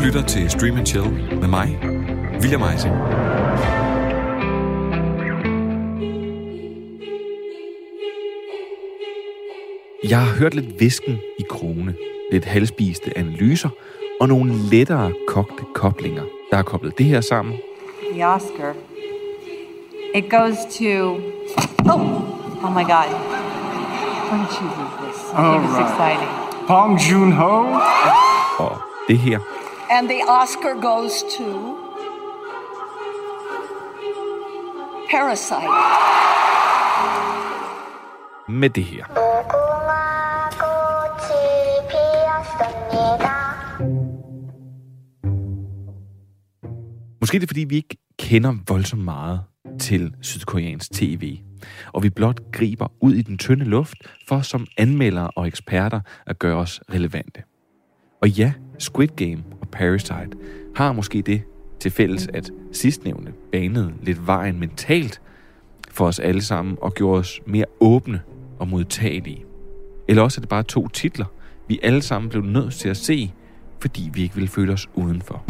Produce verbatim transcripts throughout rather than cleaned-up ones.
lytter til Stream and Chill med mig, William Eising. Jeg har hørt lidt hvisken i krogene, lidt halvspiste analyser og nogle lettere kogte koblinger, der har koblet det her sammen. The Oscar. It goes to... Oh! Oh my God. What cheese is this? Okay, this is exciting. Bong Joon-ho. Og det her. And the Oscar goes to... Parasite. Med det her. Måske det er, fordi vi ikke kender voldsomt meget til sydkoreansk tv, og vi blot griber ud i den tynde luft for som anmeldere og eksperter at gøre os relevante. Og ja, Squid Game og Parasite har måske det til fælles, at sidstnævnte banede lidt vejen mentalt for os alle sammen og gjorde os mere åbne og modtagelige. Eller også er det bare to titler, vi alle sammen blev nødt til at se, fordi vi ikke ville føle os udenfor.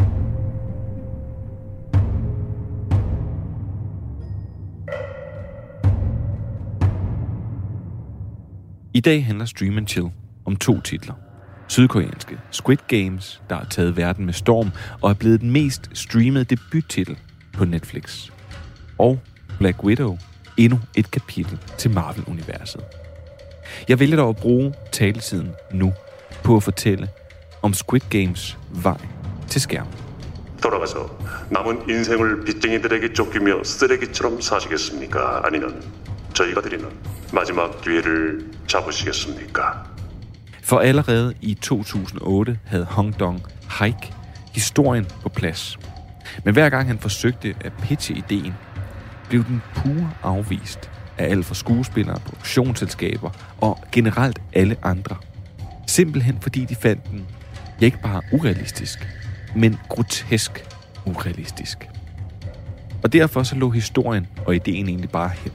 I dag handler Stream and Chill om to titler. Sydkoreanske Squid Games, der har taget verden med storm og er blevet den mest streamede debuttitel på Netflix. Og Black Widow, endnu et kapitel til Marvel-universet. Jeg vælger dog at bruge taletiden nu på at fortælle om Squid Games vej til skærmen. 돌아가서 남은 인생을 빚쟁이들에게 쫓기며 쓰레기처럼 사시겠습니까? 아니면 저희가 드리는 마지막 기회를 잡으시겠습니까? For allerede i to tusind og otte havde Hong Dong-haik historien på plads. Men hver gang han forsøgte at pitche ideen, blev den pure afvist af alt fra skuespillere, produktionsselskaber og generelt alle andre. Simpelthen fordi de fandt den ikke bare urealistisk, men grotesk urealistisk. Og derfor så lå historien og ideen egentlig bare hen.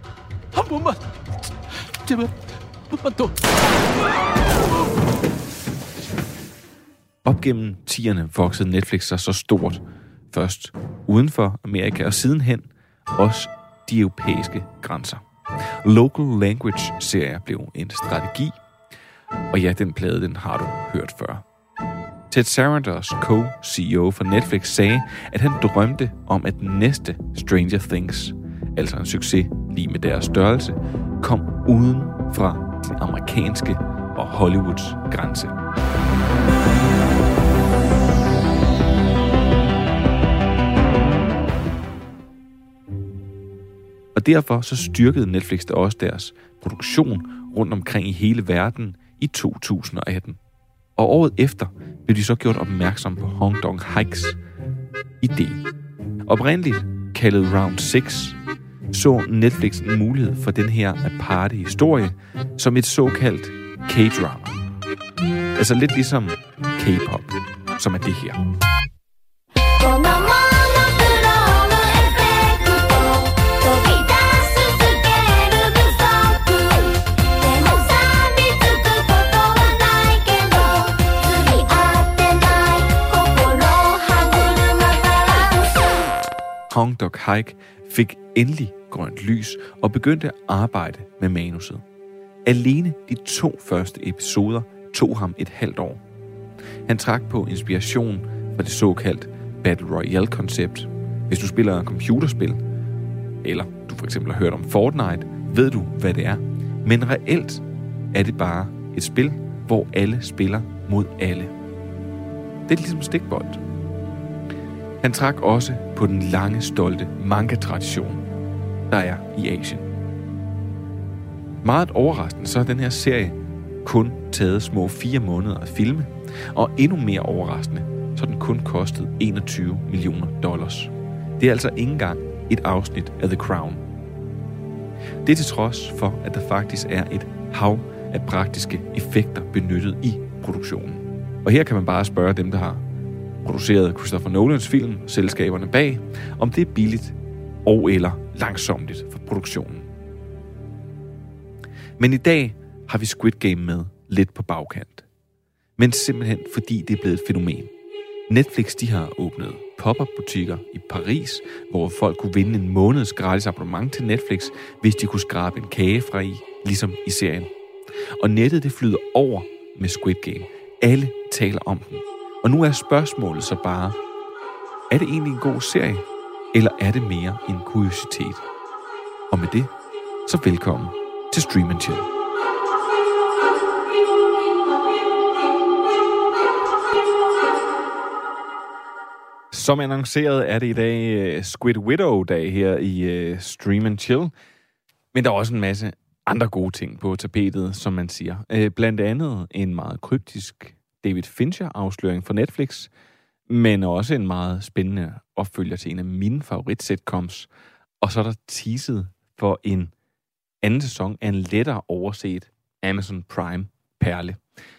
Op gennem tierne voksede Netflix sig så stort. Først uden for Amerika og sidenhen også de europæiske grænser. Local Language-serier blev en strategi, og ja, den plade, den har du hørt før. Ted Sarandos, co-C E O for Netflix, sagde, at han drømte om, at den næste Stranger Things, altså en succes lige med deres størrelse, kom uden fra den amerikanske og Hollywoods grænse. Og derfor så styrkede Netflix da også deres produktion rundt omkring i hele verden i to tusind og atten. Og året efter blev de så gjort opmærksom på Hong Dong-haiks idé. Oprindeligt kaldet Round seks, så Netflix en mulighed for den her aparte historie som et såkaldt K-drama. Altså lidt ligesom K-pop, som er det her. Hong Dong-haik fik endelig grønt lys og begyndte at arbejde med manuset. Alene de to første episoder tog ham et halvt år. Han trak på inspiration fra det såkaldt Battle Royale-koncept. Hvis du spiller computerspil, eller du for eksempel har hørt om Fortnite, ved du, hvad det er. Men reelt er det bare et spil, hvor alle spiller mod alle. Det er ligesom stikbold. Han trak også på den lange, stolte manga-tradition, der er i Asien. Meget overraskende, så er den her serie kun taget små fire måneder at filme, og endnu mere overraskende, så den kun kostet enogtyve millioner dollars. Det er altså ikke engang et afsnit af The Crown. Det er til trods for, at der faktisk er et hav af praktiske effekter benyttet i produktionen. Og her kan man bare spørge dem, der har produceret Christopher Nolans film, selskaberne bag, om det er billigt og eller langsomligt for produktionen. Men i dag har vi Squid Game med lidt på bagkant. Men simpelthen fordi det er blevet et fænomen. Netflix, de har åbnet pop-up-butikker i Paris, hvor folk kunne vinde en måneds gratis abonnement til Netflix, hvis de kunne skrabe en kage fra i, ligesom i serien. Og nettet, det flyder over med Squid Game. Alle taler om den. Og nu er spørgsmålet så bare, er det egentlig en god serie, eller er det mere en kuriositet? Og med det, så velkommen til Stream and Chill. Som annonceret er det i dag Squid Widow-dag her i uh, Stream and Chill. Men der er også en masse andre gode ting på tapetet, som man siger. Uh, blandt andet en meget kryptisk David Fincher-afsløring for Netflix, men også en meget spændende opfølger til en af mine favorit-sitcoms. Og så er der teaset for en anden sæson af en lettere overset Amazon Prime-perle.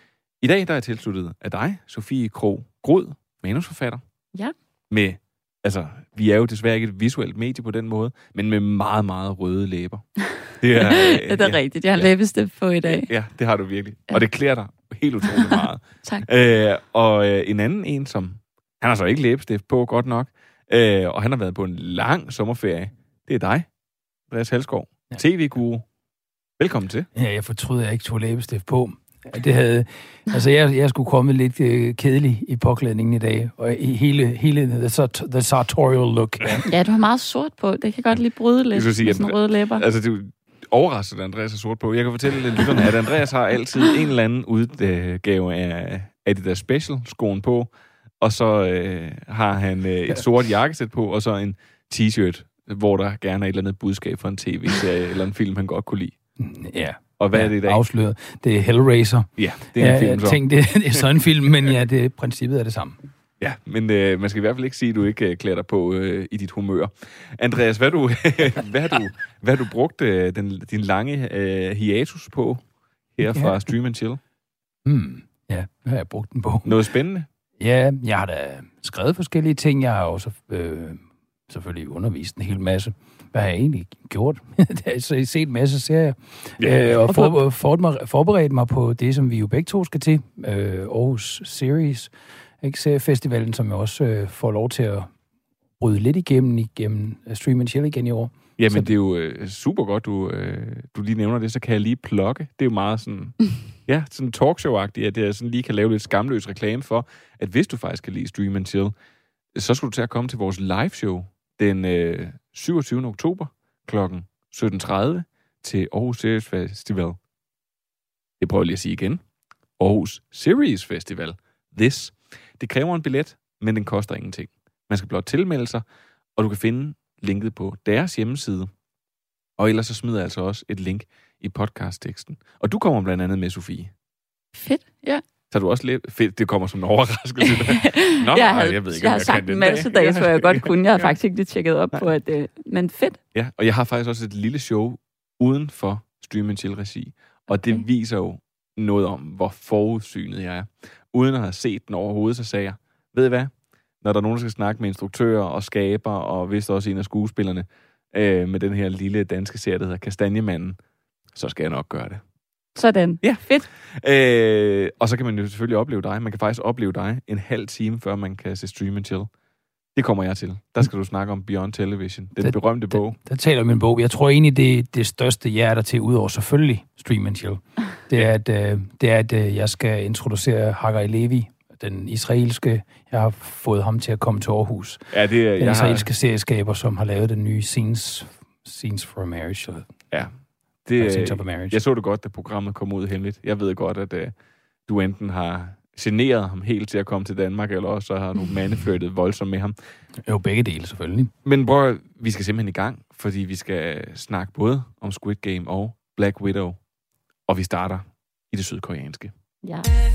I dag der er jeg tilsluttet af dig, Sofie Krog Grod, manusforfatter. Ja. Med, altså, vi er jo desværre ikke et visuelt medie på den måde, men med meget, meget røde læber. Det er, ja, det er ja, rigtigt. Jeg har ja. læbestift på i dag. Ja, det har du virkelig. Ja. Og det klæder dig helt utroligt meget. Tak. Øh, og øh, en anden en, som, han har så ikke læbestift på, godt nok, øh, og han har været på en lang sommerferie. Det er dig, Andreas Halskov, ja. T V-guru. Velkommen til. Ja, jeg fortryder, at jeg ikke tog læbestift på. Det havde, altså jeg, jeg skulle komme lidt øh, kedelig i påklædningen i dag, og i hele, hele the, the sartorial look. Ja. Ja, du har meget sort på. Det kan godt lige bryde lidt med sige, sådan røde læber. Altså, du overrasker, at Andreas har sort på. Jeg kan fortælle lytterne, at Andreas har altid en eller anden udgave af Adidas Special-skoen på, og så øh, har han øh, et sort jakkesæt på, og så en t-shirt, hvor der gerne er et eller andet budskab fra en tv-serie eller en film, han godt kunne lide. Ja. Og hvad ja, er det i dag? Afsløret. Det er Hellraiser. Ja, det er en ja, film jeg så. tænkte, det, det er sådan en film, men ja, det, princippet er det samme. Ja, men øh, man skal i hvert fald ikke sige, at du ikke øh, klæder dig på øh, i dit humør. Andreas, hvad, du, hvad, har, du, hvad har du brugt øh, den, din lange øh, hiatus på her fra ja. Stream and Chill? Hmm, ja, hvad har jeg brugt den på? Noget spændende? Ja, jeg har da skrevet forskellige ting. Jeg har også øh, selvfølgelig undervist en hel masse. Hvad har jeg egentlig gjort? Jeg har set en masse serier, ja. øh, og for, for, forberedt mig på det, som vi jo begge to skal til. Øh, Aarhus Series, ikke? Seriefestivalen, som jeg også øh, får lov til at bryde lidt igennem, igennem Stream and Chill igen i år. Jamen, så det er jo øh, super godt, du, øh, du lige nævner det, så kan jeg lige plukke. Det er jo meget sådan, ja, sådan talkshow-agtigt, at jeg sådan lige kan lave lidt skamløs reklame for, at hvis du faktisk kan lide Stream and Chill, så skal du til at komme til vores live-show den øh, syvogtyvende oktober klokken sytten tredive til Aarhus Series Festival. Det prøver jeg lige at sige igen. Aarhus Series Festival. This. Det kræver en billet, men den koster ingenting. Man skal blot tilmelde sig, og du kan finde linket på deres hjemmeside. Og ellers så smider jeg altså også et link i podcastteksten. Og du kommer blandt andet med, Sofie. Fedt, ja. Så du også lidt fedt, det kommer som en overraskelse. Nå, jeg, havde, jeg ved ikke, jeg har jeg sagt en masse dage, så jeg godt kunne. Jeg har faktisk ikke lige tjekket op på, at det, men fedt. Ja, og jeg har faktisk også et lille show uden for Stream and Chill-regi. Og okay. Det viser jo noget om, hvor forudsynet jeg er. Uden at have set den overhovedet, så sagde jeg, ved I hvad? Når der er nogen, der skal snakke med instruktører og skaber, og vist også en af skuespillerne, øh, med den her lille danske serie, der hedder Kastanjemanden, så skal jeg nok gøre det. Sådan. Ja. Fedt. Øh, og så kan man jo selvfølgelig opleve dig. Man kan faktisk opleve dig en halv time, før man kan se Stream and Chill. Det kommer jeg til. Der skal du snakke om Beyond Television. Den det, berømte bog. Der, der taler om en bog. Jeg tror egentlig, det er det største, jeg er der til, udover selvfølgelig Stream and Chill. Det er, at, øh, det er, at øh, jeg skal introducere Haggai Levi, den israelske. Jeg har fået ham til at komme til Aarhus. Ja, det er... Den jeg israelske har... serieskaber, som har lavet den nye Scenes, Scenes for a Marriage. Ja. Det, jeg så det godt, da programmet kom ud hemmeligt. Jeg ved godt, at uh, du enten har generet ham helt til at komme til Danmark, eller også har du maniflirtet voldsomt med ham. Jo, begge dele selvfølgelig. Men bror, vi skal simpelthen i gang, fordi vi skal snakke både om Squid Game og Black Widow. Og vi starter i det sydkoreanske. Ja.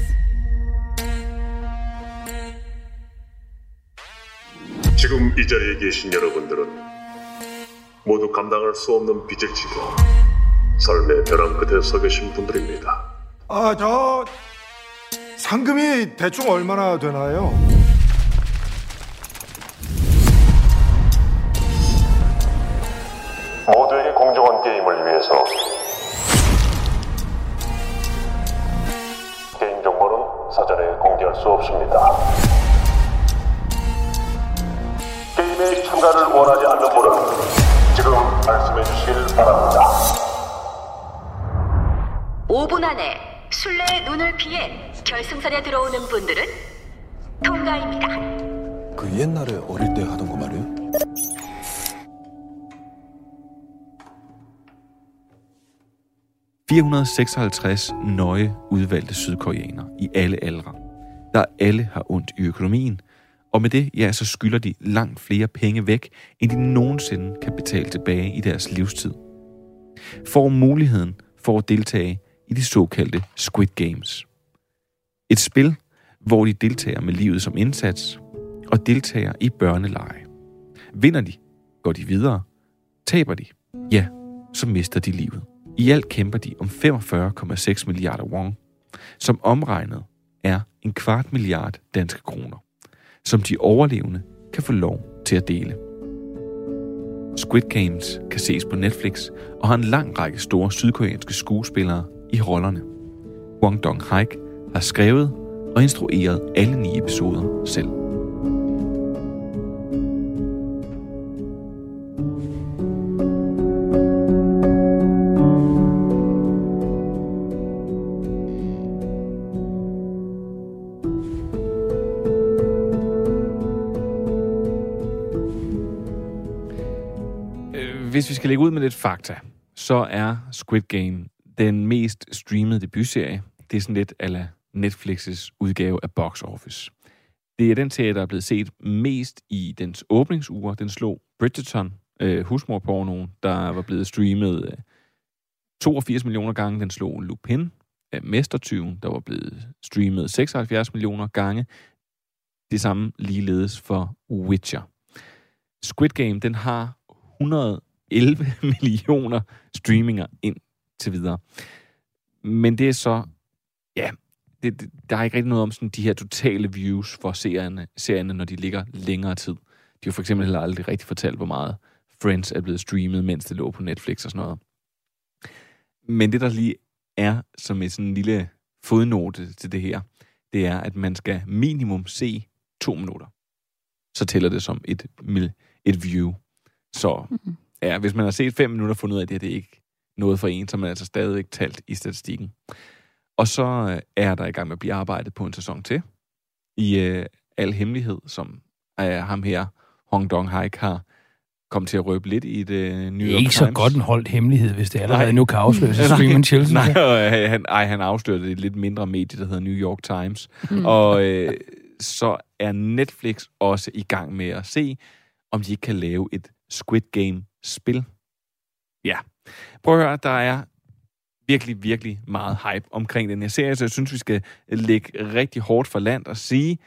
지금 이 자리에 계신 여러분들은 모두 감당할 수 없는 빚을 지고 삶의 벼랑 끝에 서 계신 분들입니다. 아, 저 상금이 대충 얼마나 되나요? 모두에게 공정한 게임을 위해서 개인 정보는 사전에 공개할 수 없습니다. 참가를 원하지 않는 분은 지금 말씀해 주시길 바랍니다. 오 분 안에 술래의 눈을 피해 결승선에 들어오는 분들은 통과입니다. 그 옛날에 어릴 때 하던 거 말이에요? fire hundrede seksoghalvtreds nøje udvalgte sydkoreanere i alle aldre, der alle har ondt i økonomien, og med det, ja, så skylder de langt flere penge væk, end de nogensinde kan betale tilbage i deres livstid. Får muligheden for at deltage i de såkaldte Squid Games. Et spil, hvor de deltager med livet som indsats, og deltager i børneleje. Vinder de, går de videre. Taber de, ja, så mister de livet. I alt kæmper de om femogfyrre komma seks milliarder won, som omregnet er en kvart milliard danske kroner, som de overlevende kan få lov til at dele. Squid Games kan ses på Netflix og har en lang række store sydkoreanske skuespillere i rollerne. Hwang Dong-haik har skrevet og instrueret alle ni episoder selv. Hvis vi skal lægge ud med lidt fakta, så er Squid Game den mest streamede debutserie. Det er sådan lidt a la Netflix's udgave af Box Office. Det er den serie, der er blevet set mest i dens åbningsuger. Den slog Bridgerton, øh, husmorpornoen, der var blevet streamet øh, toogfirs millioner gange. Den slog Lupin, øh, Mestertyven, der var blevet streamet seksoghalvfjerds millioner gange. Det samme ligeledes for Witcher. Squid Game, den har et hundrede og elleve millioner streaminger ind til videre. Men det er så, ja, det, det, der er ikke rigtig noget om sådan de her totale views for serierne, serierne, når de ligger længere tid. De har for eksempel heller aldrig rigtig fortalt, hvor meget Friends er blevet streamet, mens det lå på Netflix og sådan noget. Men det, der lige er som en sådan en lille fodnote til det her, det er, at man skal minimum se to minutter. Så tæller det som et, et view. Så mm-hmm. ja, hvis man har set fem minutter og fundet ud af det, det er ikke noget for en, så man er altså stadigvæk talt i statistikken. Og så er der i gang med at blive arbejdet på en sæson til. I øh, al hemmelighed, som øh, ham her, Hwang Dong-haik, har kommet til at røbe lidt i det New York Times. Det er ikke så godt en holdt hemmelighed, hvis det allerede nu kan afsløres af Stream and Chill. Nej, nej han, ej, han afslørte det i et lidt mindre medie, der hedder New York Times. Mm. Og øh, så er Netflix også i gang med at se, om de ikke kan lave et Squid Game-spil. Ja. Prøv at høre, der er virkelig, virkelig meget hype omkring den her serie, så jeg synes, vi skal lægge rigtig hårdt for land og sige,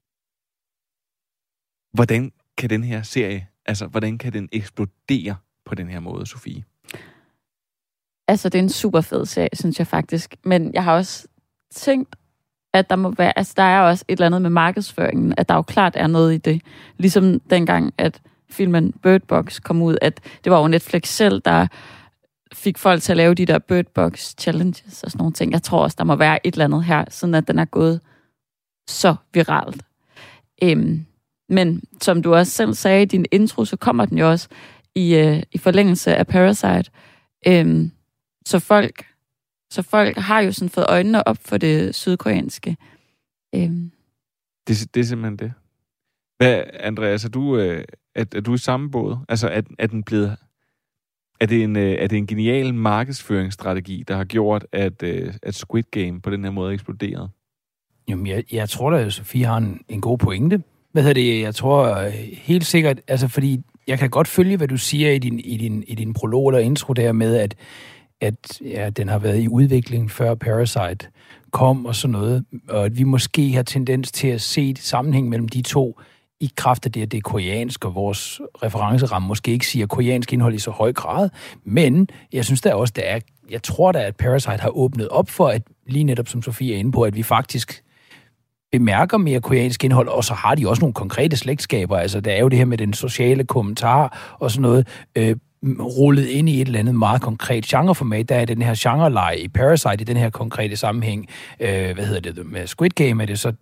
hvordan kan den her serie, altså, hvordan kan den eksplodere på den her måde, Sofie? Altså, det er en super fed serie, synes jeg faktisk. Men jeg har også tænkt, at der må være, altså, der er også et eller andet med markedsføringen, at der jo klart er noget i det. Ligesom dengang, at filmen Bird Box kom ud, at det var jo Netflix selv, der fik folk til at lave de der Bird Box challenges og sådan nogle ting. Jeg tror også, der må være et eller andet her, sådan at den er gået så viralt. Øhm, men som du også selv sagde i din intro, så kommer den jo også i, øh, i forlængelse af Parasite. Øhm, så folk så folk har jo sådan fået øjnene op for det sydkoreanske. Øhm. Det, det er simpelthen det. Hvad, Andreas, er du, øh, er, er du i samme båd? Altså, er, er den blevet... Er det, en, er det en genial markedsføringsstrategi, der har gjort, at, at Squid Game på den her måde er eksploderet? Jamen, jeg, jeg tror da, at Sofie har en, en god pointe. Hvad hedder det? Jeg tror helt sikkert, altså fordi jeg kan godt følge, hvad du siger i din, i din, i din prolog eller intro der med, at, at ja, den har været i udvikling før Parasite kom og sådan noget, og at vi måske har tendens til at se sammenhæng mellem de to i kraft af det, at det er koreansk, og vores referenceramme måske ikke siger koreansk indhold i så høj grad, men jeg synes der også, der er, jeg tror da, at Parasite har åbnet op for, at lige netop som Sofie er inde på, at vi faktisk bemærker mere koreansk indhold, og så har de også nogle konkrete slægtskaber, altså der er jo det her med den sociale kommentar og sådan noget, øh, rullet ind i et eller andet meget konkret genreformat. Der er den her genreleje i Parasite i den her konkrete sammenhæng. Øh, hvad hedder det? Med Squid Game er det så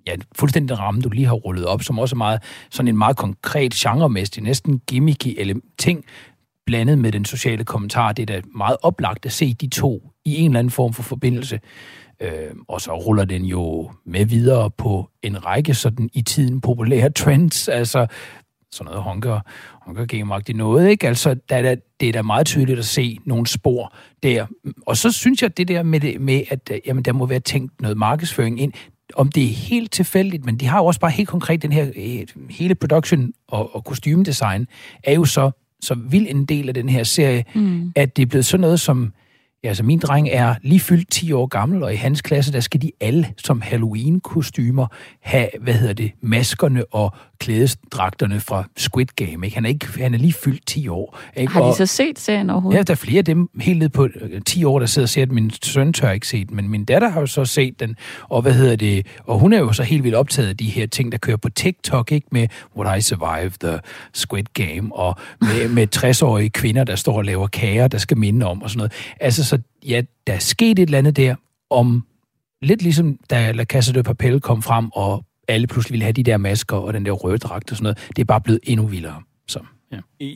ja, fuldstændig ramme, du lige har rullet op, som også er meget, sådan en meget konkret genremæssig, næsten gimmicky eller ting, blandet med den sociale kommentar. Det er da meget oplagt at se de to i en eller anden form for forbindelse. Øh, og så ruller den jo med videre på en række sådan i tiden populære trends, altså sådan noget Hunger, Hunger Game-agtigt noget, ikke? Altså, der er, det er da meget tydeligt at se nogle spor der. Og så synes jeg, det der med, det, med at jamen, der må være tænkt noget markedsføring ind, om det er helt tilfældigt, men de har jo også bare helt konkret den her, hele production og, og kostymedesign, er jo så, så vild en del af den her serie, mm. at det er blevet sådan noget som, ja, altså min dreng er lige fyldt ti år gammel, og i hans klasse, der skal de alle som Halloween-kostymer have, hvad hedder det, maskerne og klædesdragterne fra Squid Game, ikke? Han er, ikke, han er lige fyldt ti år. Ikke? Har de og, så set serien overhovedet? Ja, der er flere af dem helt ned på ti år, der sidder og ser den. Min søn tør ikke set, men min datter har jo så set den, og hvad hedder det, og hun er jo så helt vildt optaget af de her ting, der kører på TikTok, ikke? Med Would I Survive the Squid Game, og med, med tres-årige kvinder, der står og laver kager, der skal minde om, og sådan noget. Altså, så ja, der er sket et eller andet der, om lidt ligesom da La Casa de Papel kom frem, og alle pludselig ville have de der masker og den der røde dragt og sådan noget. Det er bare blevet endnu vildere. Så, ja.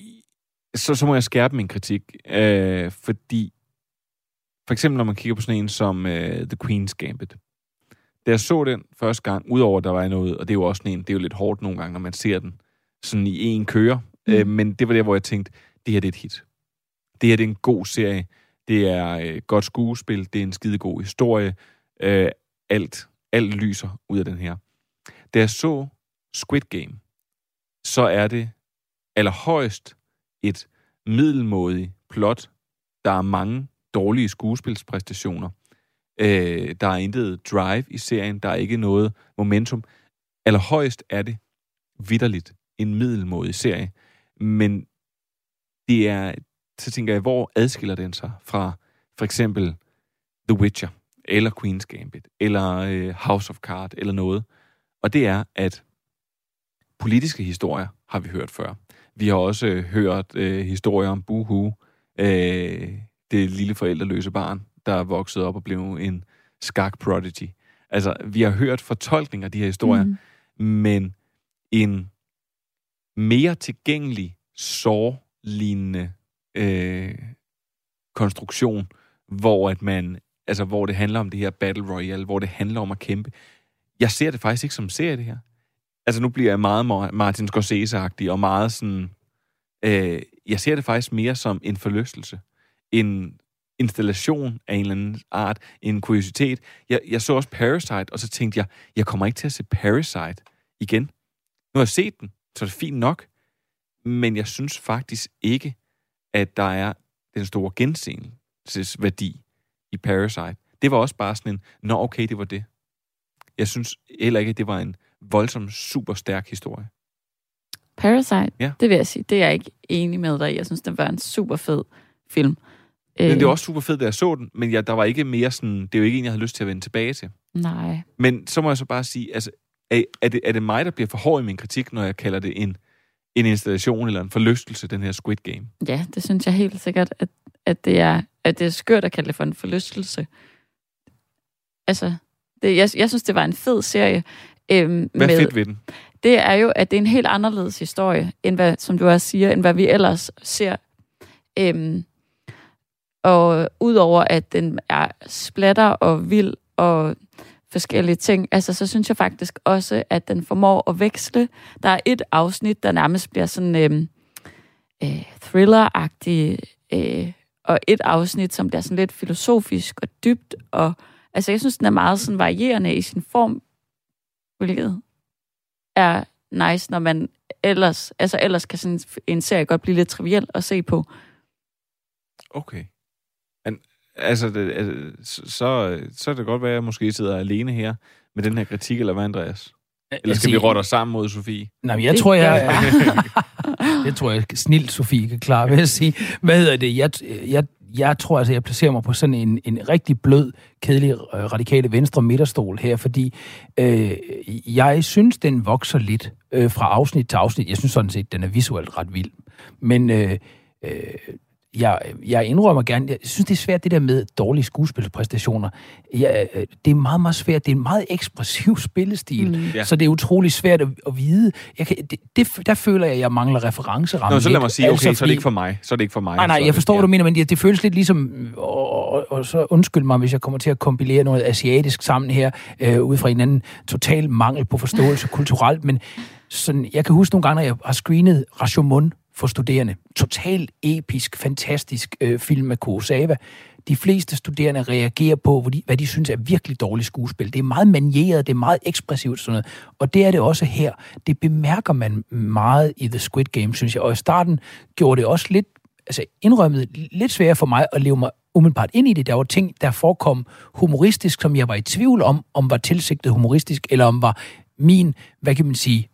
så, så må jeg skærpe min kritik, øh, fordi for eksempel når man kigger på sådan en som øh, The Queen's Gambit. Da jeg så den første gang, udover at der var noget, og det er jo også sådan en, det er jo lidt hårdt nogle gange, når man ser den sådan i en køre, mm. øh, men det var der, hvor jeg tænkte, det her det er et hit. Det her det er en god serie. Det er øh, godt skuespil, det er en skidegod historie. Øh, alt, alt lyser ud af den her. Da jeg så Squid Game, så er det allerhøjst et middelmådigt plot. Der er mange dårlige skuespilspræstationer. Øh, der er intet drive i serien. Der er ikke noget momentum. Allerhøjst er det vitterligt en middelmådig serie. Men det er... Så tænker jeg, hvor adskiller den sig fra for eksempel The Witcher, eller Queen's Gambit, eller øh, House of Cards, eller noget. Og det er, at politiske historier har vi hørt før. Vi har også øh, hørt øh, historier om Boohoo, øh, det lille forældreløse barn, der er vokset op og blev en skak-prodigy. Altså, vi har hørt fortolkninger af de her historier, mm. men en mere tilgængelig, Saw-lignende Øh, konstruktion, hvor at man, altså hvor det handler om det her Battle Royale, hvor det handler om at kæmpe. Jeg ser det faktisk ikke som serie, det her. Altså nu bliver jeg meget Martin Scorsese-agtig, og meget sådan, øh, jeg ser det faktisk mere som en forlystelse. En installation af en eller anden art, en kuriositet. Jeg, jeg så også Parasite, og så tænkte jeg, jeg kommer ikke til at se Parasite igen. Nu har jeg set den, så er det fint nok, men jeg synes faktisk ikke, at der er den store genseelsesværdi i Parasite. Det var også bare sådan en, nå okay, det var det. Jeg synes heller ikke, at det var en voldsom, super stærk historie. Parasite, ja. Det vil jeg sige, det er jeg ikke enig med dig. Jeg synes, det var en super fed film. Men det var også super fedt, da jeg så den, men ja, der var ikke mere sådan, det er jo ikke en, jeg havde lyst til at vende tilbage til. Nej. Men så må jeg så bare sige, altså, er, er, det, er det mig, der bliver for hård i min kritik, når jeg kalder det en en installation eller en forlystelse, den her Squid Game? Ja, det synes jeg helt sikkert, at, at, det, er, at det er skørt at kalde det for en forlystelse. Altså, det, jeg, jeg synes, det var en fed serie. Øhm, hvad med, fedt ved den? Det er jo, at det er en helt anderledes historie, end hvad, som du også siger, end hvad vi ellers ser. Øhm, og udover at den er splatter og vild og forskellige ting, altså så synes jeg faktisk også, at den formår at veksle. Der er et afsnit, der nærmest bliver sådan øh, øh, thriller-agtig, øh, og et afsnit, som bliver sådan lidt filosofisk og dybt, og altså jeg synes, den er meget sådan varierende i sin form, hvilket er nice, når man ellers, altså ellers kan sådan en serie godt blive lidt triviel at se på. Okay. Men altså, det, altså så, så er det godt være, at jeg måske sidder alene her med den her kritik, eller hvad, Andreas? Eller skal vi rotte os sammen mod Sofie? Nej, men jeg det tror, jeg... det tror jeg, snilt Sofie kan klare, vil jeg sige. Hvad hedder det? Jeg, jeg, jeg tror, altså, jeg placerer mig på sådan en, en rigtig blød, kedelig, radikale venstre midterstol her, fordi øh, jeg synes, den vokser lidt øh, fra afsnit til afsnit. Jeg synes sådan set, den er visuelt ret vild. Men... Øh, øh, jeg, jeg indrømmer gerne, jeg synes, det er svært, det der med dårlige skuespilspræstationer. Jeg, det er meget, meget svært. Det er en meget ekspressiv spillestil, mm. ja. Så det er utrolig svært at, at vide. Jeg kan, det, det, der føler jeg, at jeg mangler referenceramme. Nå, så lad mig sige, okay, altså, så er det ikke for mig. Så er det ikke for mig. Nej, nej, jeg forstår, det, hvad du mener, men det, det føles lidt ligesom, og, og, og så undskyld mig, hvis jeg kommer til at kompilere noget asiatisk sammen her, øh, ud fra en anden total mangel på forståelse kulturelt, men sådan, jeg kan huske nogle gange, når jeg har screenet Rashomon for studerende. Totalt episk, fantastisk øh, film af Kurosawa. De fleste studerende reagerer på, hvad de, hvad de synes er virkelig dårligt skuespil. Det er meget manieret, det er meget ekspressivt sådan noget. Og det er det også her. Det bemærker man meget i The Squid Game, synes jeg. Og i starten gjorde det også lidt, altså indrømmet, lidt sværere for mig at leve mig umiddelbart ind i det. Der var ting, der forekom humoristisk, som jeg var i tvivl om, om var tilsigtet humoristisk, eller om var min, hvad kan man sige,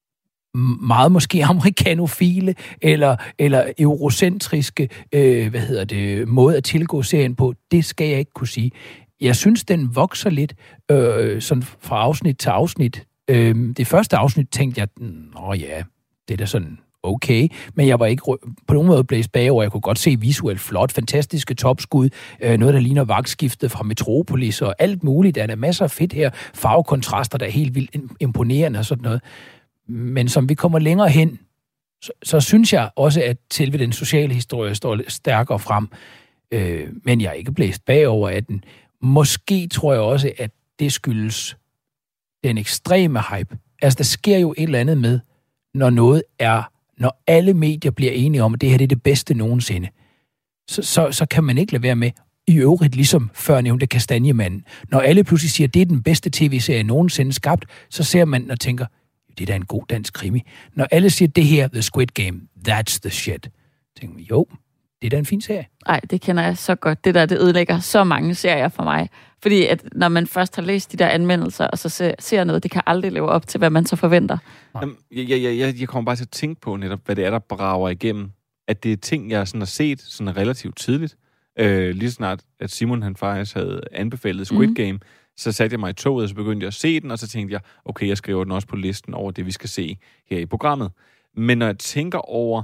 meget måske amerikanofile eller, eller eurocentriske øh, hvad hedder det, måde at tilgå serien på, det skal jeg ikke kunne sige. Jeg synes, den vokser lidt øh, sådan fra afsnit til afsnit. Øh, det første afsnit tænkte jeg, åh ja, det er da sådan okay, men jeg var ikke på nogen måde blæst bagover. Jeg kunne godt se visuelt flot, fantastiske topskud, øh, noget, der ligner vagtskiftet fra Metropolis og alt muligt. Der er masser af fedt her, farvekontraster, der er helt vildt imponerende og sådan noget. Men som vi kommer længere hen, så, så synes jeg også, at selve den sociale historie står stærkere frem. Øh, men jeg er ikke blæst bagover af den. Måske tror jeg også, at det skyldes den ekstreme hype. Altså, der sker jo et eller andet med, når noget er, når alle medier bliver enige om, at det her det er det bedste nogensinde, så, så, så kan man ikke lade være med, i øvrigt ligesom før nævnte Kastanjemanden. Når alle pludselig siger, at det er den bedste tv-serie nogensinde skabt, så ser man og tænker, det er da en god dansk krimi. Når alle siger, det her, The Squid Game, that's the shit. Så tænker man, jo, det er da en fin serie. Nej, det kender jeg så godt. Det der, det ødelægger så mange serier for mig. Fordi at når man først har læst de der anmeldelser, og så ser, ser noget, det kan aldrig leve op til, hvad man så forventer. Jamen, jeg, jeg, jeg, jeg kommer bare til at tænke på netop, hvad det er, der brager igennem. At det er ting, jeg sådan har set sådan relativt tidligt. Øh, lige snart, at Simon han faktisk havde anbefalet Squid mm. Game, så satte jeg mig i toget, og så begyndte jeg at se den, og så tænkte jeg, okay, jeg skriver den også på listen over det, vi skal se her i programmet. Men når jeg tænker over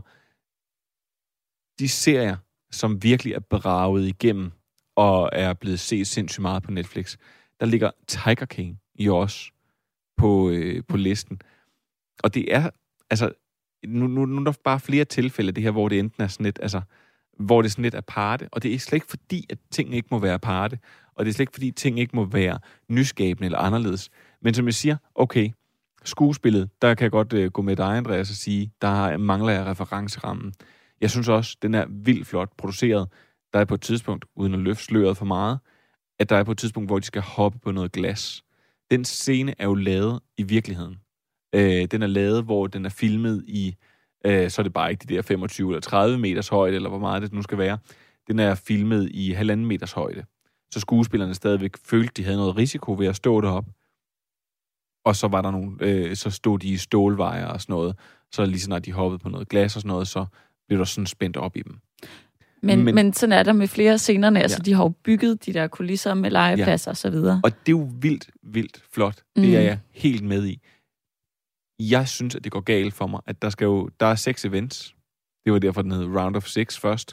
de serier, som virkelig er braget igennem, og er blevet set sindssygt meget på Netflix, der ligger Tiger King jo også på, øh, på listen. Og det er, altså, nu, nu, nu er der bare flere tilfælde, det her, hvor det enten er sådan lidt, altså, hvor det sådan lidt er aparte, og det er slet ikke fordi, at ting ikke må være aparte, og det er slet ikke fordi, ting ikke må være nyskabende eller anderledes. Men som jeg siger, okay, skuespillet, der kan jeg godt uh, gå med dig, Andreas, og sige, der mangler jeg referencerammen. Jeg synes også, den er vildt flot produceret. Der er på et tidspunkt, uden at løfte sløret for meget, at der er på et tidspunkt, hvor de skal hoppe på noget glas. Den scene er jo lavet i virkeligheden. Øh, den er lavet, hvor den er filmet i, øh, så er det bare ikke de der femogtyve eller tredive meters højde, eller hvor meget det nu skal være. Den er filmet i halvanden meters højde. Så skuespillerne stadigvæk følte, de havde noget risiko ved at stå deroppe. Og så var der nogle, øh, så stod de i stålvejer og sådan noget. Så lige så når de hoppede på noget glas og sådan noget, så blev der sådan spændt op i dem. Men, men, men sådan er der med flere scenerne. Ja. Altså, de har jo bygget de der kulisser med legepladser ja. og så videre. Og det er jo vildt, vildt flot. Mm. Det er jeg helt med i. Jeg synes, at det går galt for mig, at der skal jo, der er seks events. Det var derfor, den hed Round of Six først.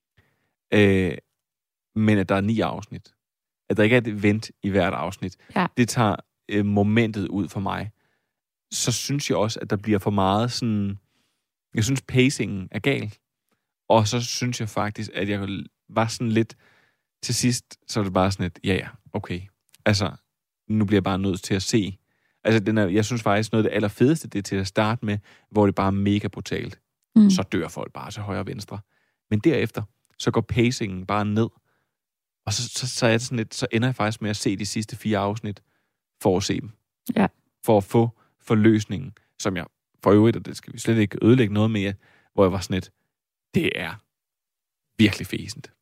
Øh, men at der er ni afsnit. At der ikke er et event i hvert afsnit. Ja. Det tager øh, momentet ud for mig. Så synes jeg også, at der bliver for meget sådan... Jeg synes, pacingen er gal. Og så synes jeg faktisk, at jeg var sådan lidt... Til sidst, så er det bare sådan et, ja ja, okay. Altså, nu bliver jeg bare nødt til at se. Altså, den er, jeg synes faktisk, noget af det allerfedeste, det er til at starte med, hvor det bare er mega brutalt. Mm. Så dør folk bare til højre og venstre. Men derefter, så går pacingen bare ned. Og så, så, så, er det sådan lidt, så ender jeg faktisk med at se de sidste fire afsnit, for at se dem. Ja. For at få forløsningen, som jeg for øvrigt, og det skal vi slet ikke ødelægge noget med, hvor jeg var sådan lidt, det er virkelig fæsent.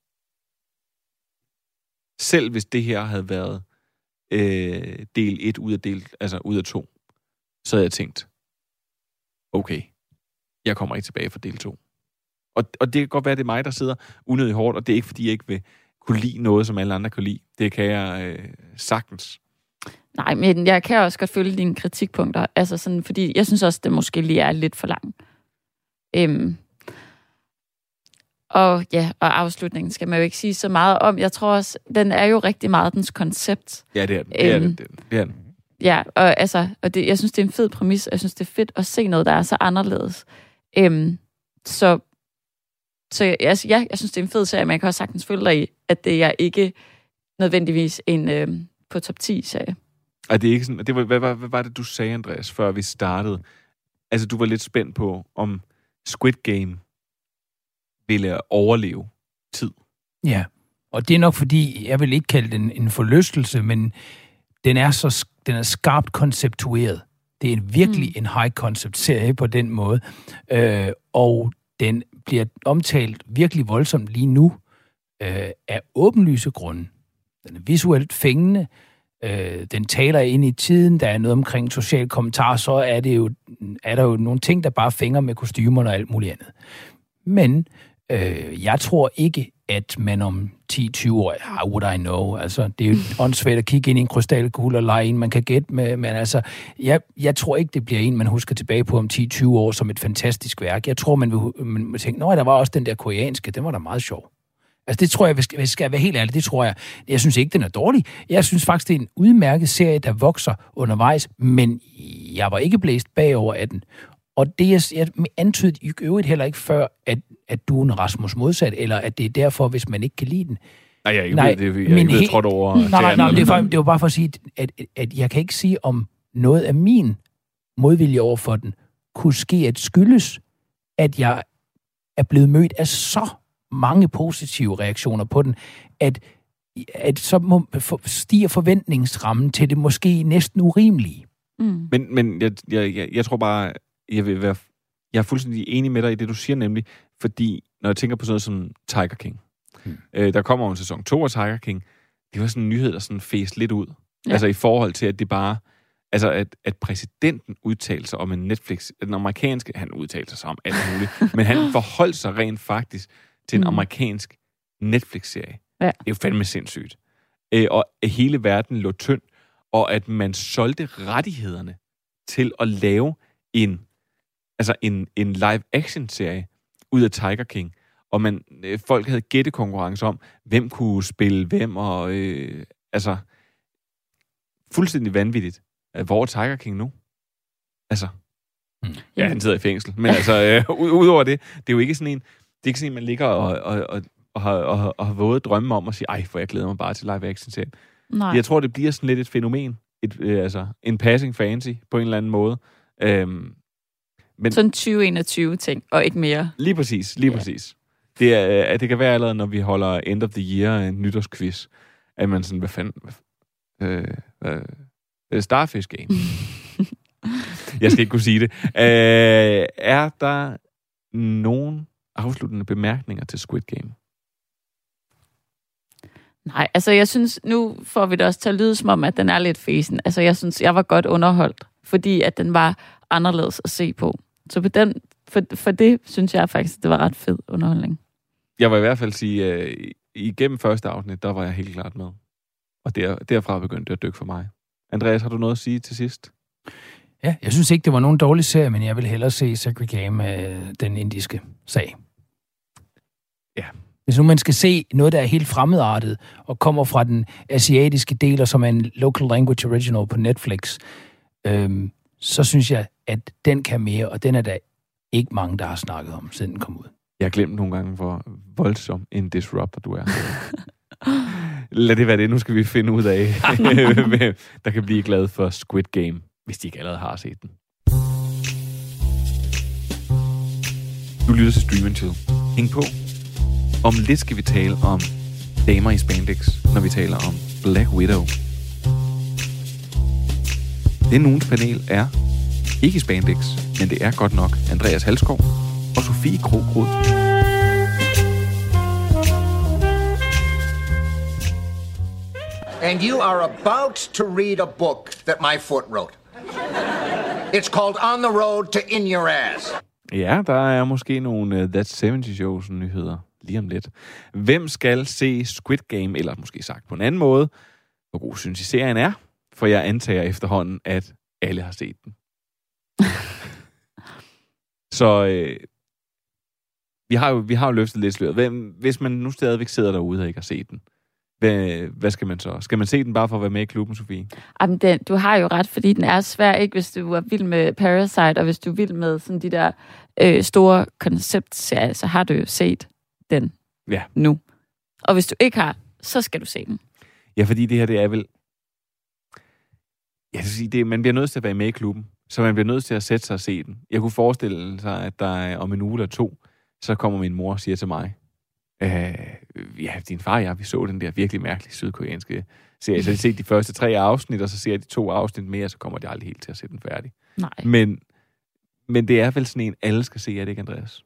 Selv hvis det her havde været øh, del et ud af del, altså ud af to, så havde jeg tænkt, okay, jeg kommer ikke tilbage for del to. Og, og det kan godt være, at det er mig, der sidder unødigt hårdt, og det er ikke, fordi jeg ikke vil kunne lide noget, som alle andre kan lide. Det kan jeg øh, sagtens. Nej, men jeg kan også godt følge dine kritikpunkter, altså sådan, fordi jeg synes også, det måske lige er lidt for langt. Øhm, Og ja, og afslutningen skal man jo ikke sige så meget om. Jeg tror også, den er jo rigtig meget dens koncept. Ja, det er den. Det er den. Det er den. Ja, og, altså, og det, jeg synes, det er en fed præmis, og jeg synes, det er fedt at se noget, der er så anderledes. Øhm, så så jeg, altså, ja, jeg synes, det er en fed serie, men jeg kan også sagtens følge dig i, at det er ikke nødvendigvis en øhm, på top ti-serie. Er det ikke sådan, det var, hvad, hvad, hvad var det, du sagde, Andreas, før vi startede? Altså, du var lidt spændt på, om Squid Game ville overleve tid. Ja, og det er nok fordi, jeg vil ikke kalde den en forlystelse, men den er så den er skarpt konceptueret. Det er en virkelig mm. en high-concept-serie på den måde. Øh, og den bliver omtalt virkelig voldsomt lige nu øh, af åbenlyse grunde. Den er visuelt fængende. Øh, den taler ind i tiden. Der er noget omkring social kommentar. Så er, det jo, er der jo nogle ting, der bare fænger med kostymerne og alt muligt andet. Men øh, jeg tror ikke, at man om ti til tyve år, how would I know? Altså, det er jo åndssvagt at kigge ind i en krystalkugle og lege en, man kan gætte med, men altså, jeg, jeg tror ikke, det bliver en, man husker tilbage på om ti til tyve år som et fantastisk værk. Jeg tror, man vil, man vil tænke, nå, der var også den der koreanske, den var da meget sjov. Altså, det tror jeg, hvis jeg skal være helt ærlig, det tror jeg. Jeg synes ikke, den er dårlig. Jeg synes faktisk, det er en udmærket serie, der vokser undervejs, men jeg var ikke blæst bagover af den. Og det, jeg, jeg antydede i øvrigt heller ikke før, at, at du er en Rasmus modsat, eller at det er derfor, hvis man ikke kan lide den. Nej, jeg er ikke nej, ved, det, jeg er ikke ved trådt over. Nej, nej, nej, det, var, det var bare for at sige, at, at jeg kan ikke sige, om noget af min modvilje over for den kunne ske at skyldes, at jeg er blevet mødt af så mange positive reaktioner på den, at, at så må, for, stiger forventningsrammen til det måske næsten urimelige. Mm. Men, men jeg, jeg, jeg, jeg tror bare, jeg vil være, jeg er fuldstændig enig med dig i det, du siger, nemlig, fordi når jeg tænker på sådan noget som Tiger King, hmm. øh, der kommer jo en sæson to af Tiger King, det var sådan en nyhed, der sådan fæst lidt ud. Ja. Altså i forhold til, at det bare, altså at, at præsidenten udtalte sig om en Netflix, den amerikanske, han udtalte sig om alt muligt, men han forholdt sig rent faktisk til en amerikansk Netflix-serie. Ja. Det er jo fandme sindssygt. Øh, og hele verden lå tynd, og at man solgte rettighederne til at lave en, altså en, en live-action-serie ud af Tiger King. Og man, øh, folk havde gættekonkurrence om, hvem kunne spille hvem, og øh, altså fuldstændig vanvittigt. Hvor er Tiger King nu? Altså, mm. ja, han sidder i fængsel. Men altså, øh, udover det, det er jo ikke sådan en, det er ikke sådan en, man ligger og, og, og, og, har, og, og har våget drømme om at sige, ej, for jeg glæder mig bare til live-action-serien. Nej. Jeg tror, det bliver sådan lidt et fænomen. Et, øh, altså, en passing fancy på en eller anden måde. Øhm, men sådan tyve enogtyve-ting, og ikke mere. Lige præcis, lige yeah. præcis. Det, er, det kan være allerede, når vi holder End of the Year en nytårsquiz, at man sådan, hvad fanden... Øh, øh, Starfish Game. Jeg skal ikke kunne sige det. Øh, er der nogen afsluttende bemærkninger til Squid Game? Nej, altså jeg synes, nu får vi det også til at lyde som om, at den er lidt fesen. Altså jeg synes, jeg var godt underholdt, fordi at den var anderledes at se på. Så på den, for, for det synes jeg faktisk, det var ret fed underholdning. Jeg vil i hvert fald sige, at uh, igennem første afsnit, der var jeg helt klart med. Og der, derfra begyndte det at dykke for mig. Andreas, har du noget at sige til sidst? Ja, jeg synes ikke, det var nogen dårlig serie, men jeg vil hellere se Sacred Game, øh, den indiske sag. Ja. Hvis nu man skal se noget, der er helt fremmedartet, og kommer fra den asiatiske del, og som er en local language original på Netflix, øhm, så synes jeg, at den kan mere, og den er der ikke mange, der har snakket om, siden den kom ud. Jeg har glemt nogle gange, hvor voldsom en disruptor du er. Lad det være det. Nu skal vi finde ud af, der kan blive glad for Squid Game, hvis de ikke allerede har set den. Du lytter til Stream and Chill. Hæng på. Om lidt skal vi tale om damer i spandex, når vi taler om Black Widow. Den ugens panel er ikke spandex, men det er godt nok Andreas Halskov og Sofie Kroggrud. And you are about to read a book that my foot wrote. It's called On the Road to In Your Ass. Ja, der er måske nogle uh, That halvfems Shows nyheder lige om lidt. Hvem skal se Squid Game, eller måske sagt på en anden måde, hvor god synes I serien er? For jeg antager efterhånden, at alle har set den. Så øh, Vi har jo, vi har jo løftet lidt sløret. Hvem, hvis man nu stadigvæk sidder derude og ikke har set den, hvad, hvad skal man så? Skal man se den bare for at være med i klubben, Sofie? Jamen, den, du har jo ret, fordi den er svær, ikke? Hvis du er vild med Parasite, og hvis du er vild med sådan de der øh, store konceptserier, så har du jo set den ja. nu. Og hvis du ikke har, så skal du se den. Ja, fordi det her, det er vel... Jeg vil sige, det, man bliver nødt til at være med i klubben, så man bliver nødt til at sætte sig og se den. Jeg kunne forestille sig, at der er om en uge eller to, så kommer min mor og siger til mig, øh, ja, din far og jeg, vi så den der virkelig mærkelige sydkoreanske serie. Så jeg har set de første tre afsnit, og så ser jeg de to afsnit mere, så kommer de aldrig helt til at se den færdig. Nej. Men, men det er vel sådan en, alle skal se, er det ikke, Andreas?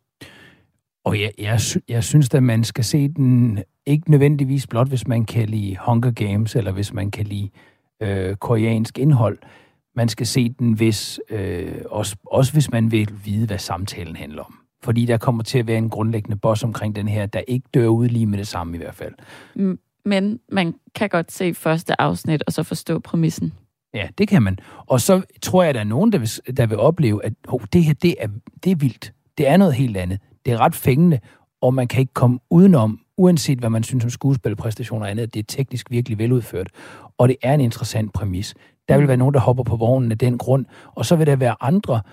Og jeg, jeg, jeg synes, at man skal se den ikke nødvendigvis blot, hvis man kan lide Hunger Games, eller hvis man kan lide øh, koreansk indhold. Man skal se den, hvis, øh, også, også hvis man vil vide, hvad samtalen handler om. Fordi der kommer til at være en grundlæggende boss omkring den her, der ikke dør ud lige med det samme i hvert fald. Men man kan godt se første afsnit, og så forstå præmissen. Ja, det kan man. Og så tror jeg, at der er nogen, der vil, der vil opleve, at oh, det her, det er, det er vildt. Det er noget helt andet. Det er ret fængende, og man kan ikke komme udenom, uanset hvad man synes om skuespilpræstationer og andet, at det er teknisk virkelig veludført. Og det er en interessant præmis. Der vil være nogen, der hopper på vognen af den grund, og så vil der være andre,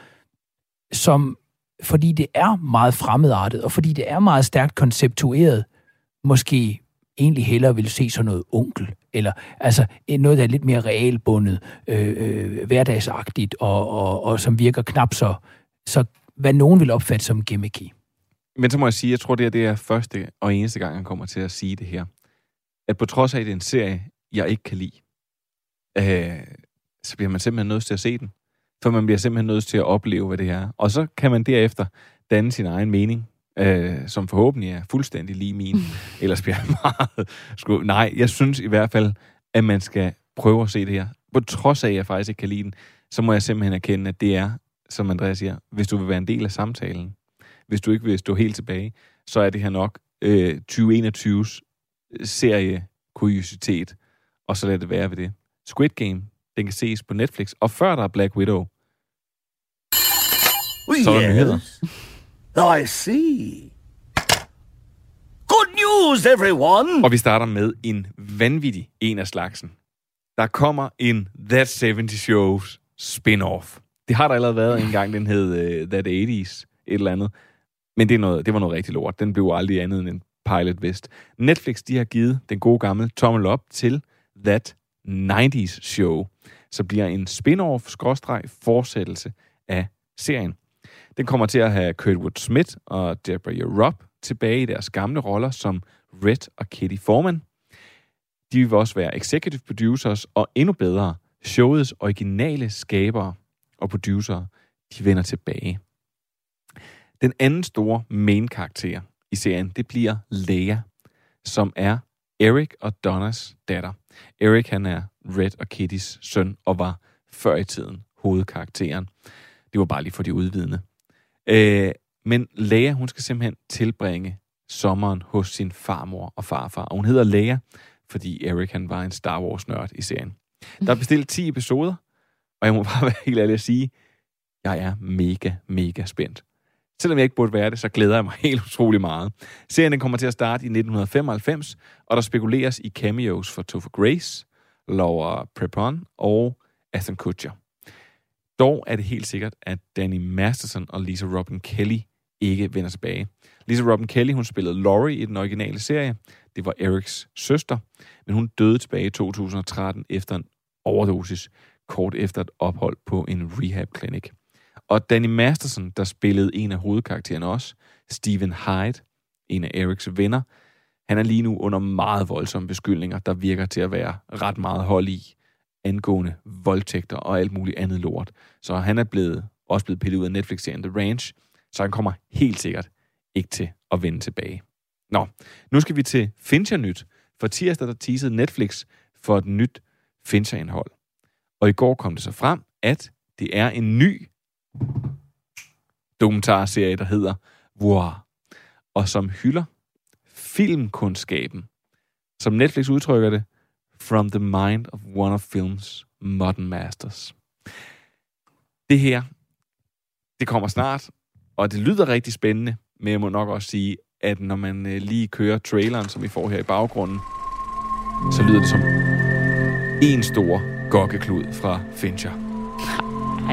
som, fordi det er meget fremmedartet, og fordi det er meget stærkt konceptueret, måske egentlig hellere vil se sådan noget onkel, eller altså noget, der er lidt mere realbundet, øh, øh, hverdagsagtigt, og, og, og som virker knap så, så, hvad nogen vil opfatte som gimmicky. Men så må jeg sige, jeg tror, det er, det er første og eneste gang, han kommer til at sige det her. At på trods af, at det er en serie, jeg ikke kan lide, øh, så bliver man simpelthen nødt til at se den. For man bliver simpelthen nødt til at opleve, hvad det er. Og så kan man derefter danne sin egen mening, øh, som forhåbentlig er fuldstændig lige min. Ellers bliver jeg meget... Sku... Nej, jeg synes i hvert fald, at man skal prøve at se det her. På trods af, at jeg faktisk ikke kan lide den, så må jeg simpelthen erkende, at det er, som Andreas siger, hvis du vil være en del af samtalen, hvis du ikke vil stå helt tilbage, så er det her nok øh, tyve enogtyves seriekuriositet, og så lad det være ved det. Squid Game, den kan ses på Netflix, og før der er Black Widow, så er der nyheder. I see. Good news, everyone! Og vi starter med en vanvittig en af slagsen. Der kommer en That halvfems Shows spin-off. Det har der allerede været en gang, den hed uh, That halvfems, et eller andet. Men det, er noget, det var noget rigtig lort. Den blev aldrig andet end en pilot vist. Netflix, de har givet den gode gamle tommel op til That halvfems Show, så bliver en spin-off-fortsættelse af serien. Den kommer til at have Kurtwood Smith og Deborah Rupp tilbage i deres gamle roller som Red og Kitty Foreman. De vil også være executive producers, og endnu bedre, showets originale skabere og producer, de vender tilbage. Den anden store main-karakter i serien, det bliver Leia, som er Eric og Donnas datter. Eric, han er Red og Kittys søn, og var før i tiden hovedkarakteren. Det var bare lige for de udvidende. Øh, men Leia, hun skal simpelthen tilbringe sommeren hos sin farmor og farfar. Og hun hedder Leia, fordi Eric, han var en Star Wars-nørd i serien. Der er bestilt ti episoder, og jeg må bare være helt ærlig at sige, jeg er mega, mega spændt. Selvom jeg ikke burde være det, så glæder jeg mig helt utrolig meget. Serien den kommer til at starte i nitten femoghalvfems, og der spekuleres i cameos for Topher Grace, Laura Prepon og Ashton Kutcher. Dog er det helt sikkert, at Danny Masterson og Lisa Robin Kelly ikke vender tilbage. Lisa Robin Kelly, hun spillede Laurie i den originale serie. Det var Erics søster, men hun døde tilbage i to tusind og tretten efter en overdosis, kort efter et ophold på en rehab-klinik. Og Danny Masterson, der spillede en af hovedkaraktererne også, Stephen Hyde, en af Erics venner, han er lige nu under meget voldsomme beskyldninger, der virker til at være ret meget hold i, angående voldtægter og alt muligt andet lort. Så han er blevet, også blevet pillet ud af Netflix-serien The Ranch, så han kommer helt sikkert ikke til at vende tilbage. Nå, nu skal vi til Fincher-nyt. For tirsdag der teasede Netflix for et nyt Fincher-indhold. Og i går kom det så frem, at det er en ny dokumentarserie, der hedder Voir, og som hylder filmkundskaben, som Netflix udtrykker det, from the mind of one of film's modern masters. Det her, det kommer snart, og det lyder rigtig spændende, Men jeg må nok også sige, at når man øh, lige kører traileren, som vi får her i baggrunden, så lyder det som en stor gokkeklud fra Fincher. Hej.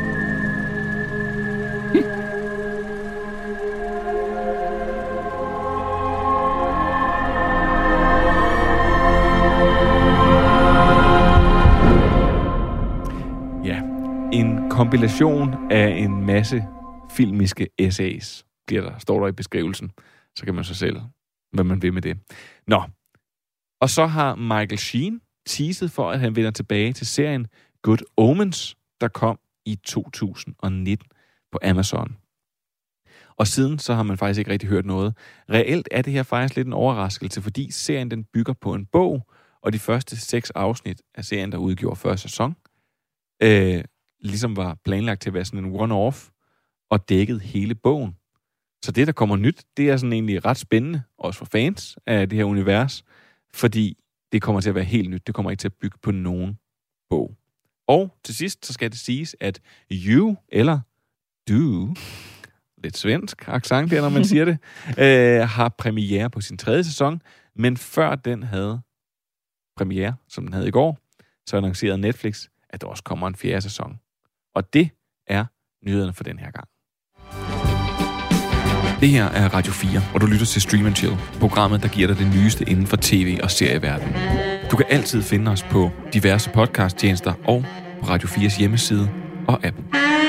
Ja, en kombination af en masse filmiske essays, bliver der, står der i beskrivelsen. Så kan man så selv, hvad man vil med det. Nå, og så har Michael Sheen teaset for, at han vender tilbage til serien Good Omens, der kom i to tusind nitten på Amazon. Og siden så har man faktisk ikke rigtig hørt noget. Reelt er det her faktisk lidt en overraskelse, fordi serien den bygger på en bog, og de første seks afsnit af serien, der udgjorde første sæson, øh, ligesom var planlagt til at være sådan en one-off, og dækket hele bogen. Så det, der kommer nyt, det er sådan egentlig ret spændende, også for fans af det her univers, fordi det kommer til at være helt nyt. Det kommer ikke til at bygge på nogen bog. Og til sidst, så skal det siges, at You, eller Du, lidt svensk accent der, når man siger det, øh, har premiere på sin tredje sæson, men før den havde premiere, som den havde i går, så annoncerede Netflix, at der også kommer en fjerde sæson. Og det er nyhederne for den her gang. Det her er Radio fire, og du lytter til Stream and Chill, programmet, der giver dig det nyeste inden for tv- og serieverdenen. Du kan altid finde os på diverse podcasttjenester og på Radio fires hjemmeside og app.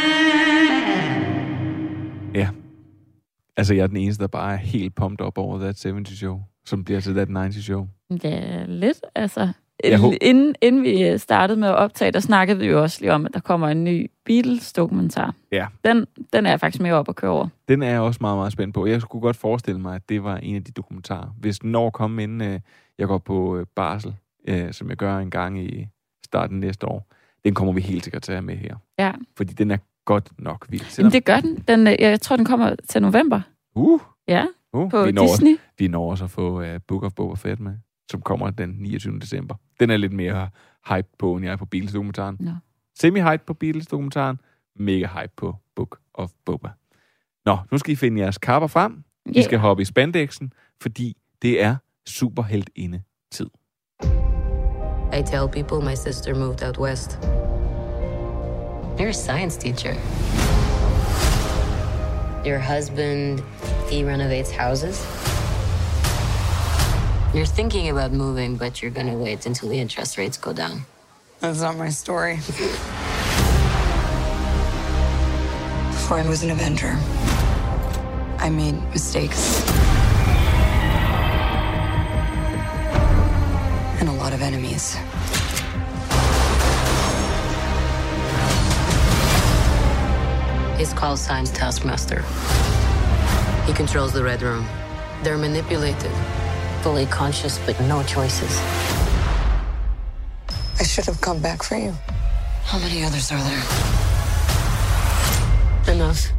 Ja, altså jeg er den eneste, der bare er helt pumped op over That halvtreds Show, som bliver til That halvtreds Show. Ja, lidt, altså. Inden, inden vi startede med at optage, der snakkede vi jo også lige om, at der kommer en ny Beatles-dokumentar. Ja. Den, den er jeg faktisk mere op at køre over. Den er jeg også meget, meget spændt på. Jeg skulle godt forestille mig, at det var en af de dokumentarer. Hvis den når at komme, inden øh, jeg går på øh, barsel, øh, som jeg gør en gang i starten næste år, den kommer vi helt sikkert til at have med her. Ja. Fordi den er godt nok vild. Selvom... Jamen det gør den. den. Jeg tror, den kommer til november. Uh! Ja, uh, på vi Disney. Også, vi når også at få uh, Book of Boba Fett med, som kommer den niogtyvende december. Den er lidt mere hype på, end jeg er på Beatles-dokumentaren. No. Semi-hype på Beatles-dokumentaren, mega hype på Book of Boba. Nå, nu skal I finde jeres kapper frem. Yeah. I skal hoppe i spandexen, fordi det er superheltinde-tid. I tell people my sister moved out west. You're a science teacher. Your husband, he renovates houses. You're thinking about moving, but you're gonna wait until the interest rates go down. That's not my story. Before I was an Avenger, I made mistakes. And a lot of enemies. He's called Science Taskmaster. He controls the Red Room. They're manipulated. Fully conscious, but no choices. I should have come back for you. How many others are there? Enough.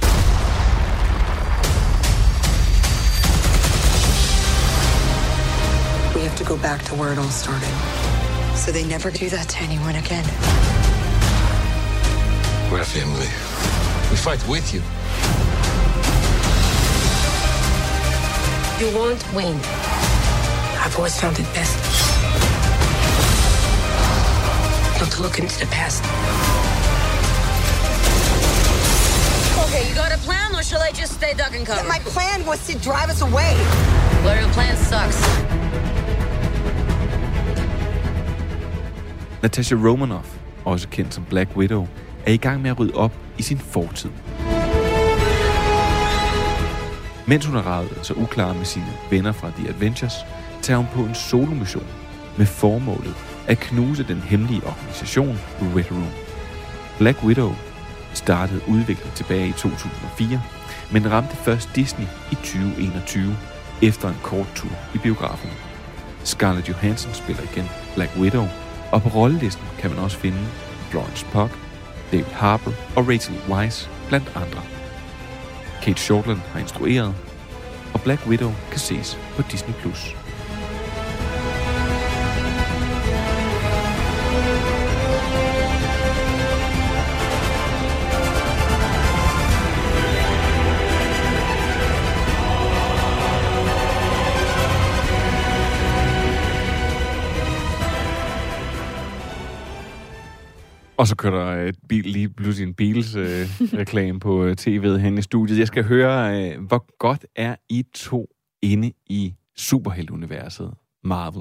We have to go back to where it all started. So they never do that to anyone again. We're a family. We fight with you. You won't win. I've always found it best not to look into the past. Okay, you got a plan, or shall I just stay duck and cover? My plan was to drive us away. Well, your plan sucks. Natasha Romanoff, også kendt som Black Widow, er i gang med at rydde op i sin fortid. Mens hun er ravet så uklar med sine venner fra The Avengers, tager hun på en solomission med formålet at knuse den hemmelige organisation Red Room. Black Widow startede udviklet tilbage i to tusind og fire, men ramte først Disney i tyve enogtyve efter en kort tur i biografen. Scarlett Johansson spiller igen Black Widow, og på rollelisten kan man også finde Florence Pugh, David Harbour og Rachel Weisz blandt andre. Kate Shortland har instrueret, og Black Widow kan ses på Disney plus. Og så kører der et bil, lige pludselig en Beatles-reklame øh, på T V'et hen i studiet. Jeg skal høre, øh, hvor godt er I to inde i superheltuniverset Marvel?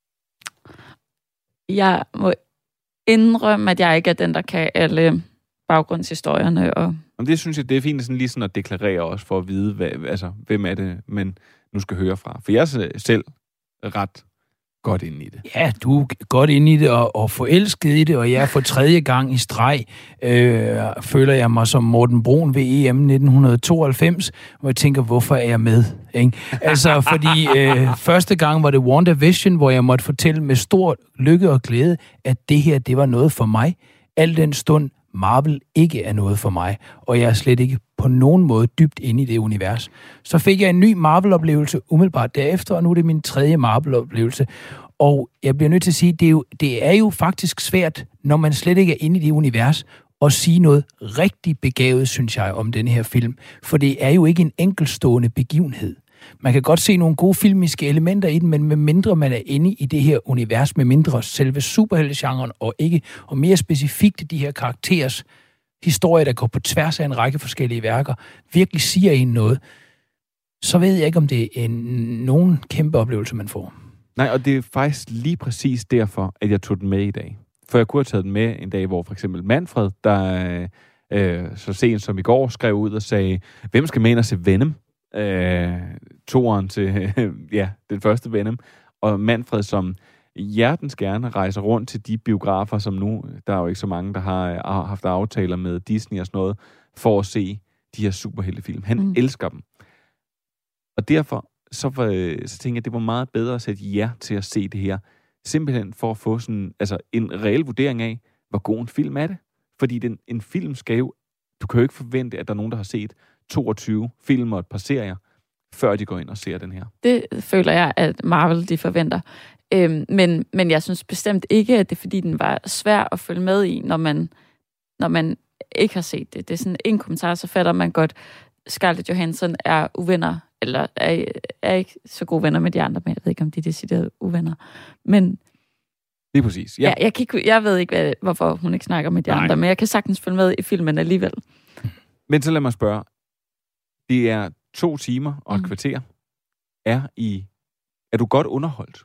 Jeg må indrømme, at jeg ikke er den, der kan alle baggrundshistorierne. Og... Jamen, det synes jeg, det er fint sådan, lige sådan at deklarere også, for at vide, hvad, altså, hvem er det, man nu skal høre fra. For jeg er selv ret godt inde i det. Ja, du er godt inde i det, og, og forelsket i det, og jeg for tredje gang i streg øh, føler jeg mig som Morten Brun ved E M nitten tooghalvfems, hvor jeg tænker, hvorfor er jeg med? Ikke? Altså, fordi øh, første gang var det WandaVision, hvor jeg måtte fortælle med stor lykke og glæde, at det her, det var noget for mig. Al den stund Marvel ikke er noget for mig, og jeg er slet ikke på nogen måde dybt inde i det univers. Så fik jeg en ny Marvel-oplevelse umiddelbart derefter, og nu er det min tredje Marvel-oplevelse. Og jeg bliver nødt til at sige, det er jo, det er jo faktisk svært, når man slet ikke er inde i det univers, at sige noget rigtig begavet, synes jeg, om denne her film. For det er jo ikke en enkeltstående begivenhed. Man kan godt se nogle gode filmiske elementer i den, men med mindre man er inde i det her univers, med mindre selve superheltegenren, og ikke, og mere specifikt de her karakterers historie, der går på tværs af en række forskellige værker, virkelig siger en noget, så ved jeg ikke, om det er en, nogen kæmpe oplevelse, man får. Nej, og det er faktisk lige præcis derfor, at jeg tog den med i dag. For jeg kunne have taget den med en dag, hvor for eksempel Manfred, der øh, så sent som i går, skrev ud og sagde, hvem skal med ind og se Venom? Øh, toeren til, ja, den første Venom. Og Manfred, som hjertens gerne rejser rundt til de biografer, som nu, der er jo ikke så mange, der har haft aftaler med Disney og sådan noget, for at se de her superheltefilm. Han mm. elsker dem. Og derfor, så, var, så tænkte jeg, at det var meget bedre at sætte jer til at se det her. Simpelthen for at få sådan, altså en reel vurdering af, hvor god en film er det. Fordi den, en film skal jo, du kan jo ikke forvente, at der er nogen, der har set toogtyve film og et par serier, før de går ind og ser den her. Det føler jeg, at Marvel de forventer. Øhm, men, men jeg synes bestemt ikke, at det er, fordi den var svær at følge med i, når man, når man ikke har set det. Det er sådan en kommentar, så fatter man godt, Scarlett Johansson er uvenner, eller er, er ikke så gode venner med de andre, men jeg ved ikke, om de er deciderede uvenner. Men det er præcis, ja. ja jeg, kan ikke, jeg ved ikke, hvad, hvorfor hun ikke snakker med de Nej. andre, men jeg kan sagtens følge med i filmen alligevel. Men så lad mig spørge, det er to timer og et mm. kvarter. Er I, er du godt underholdt?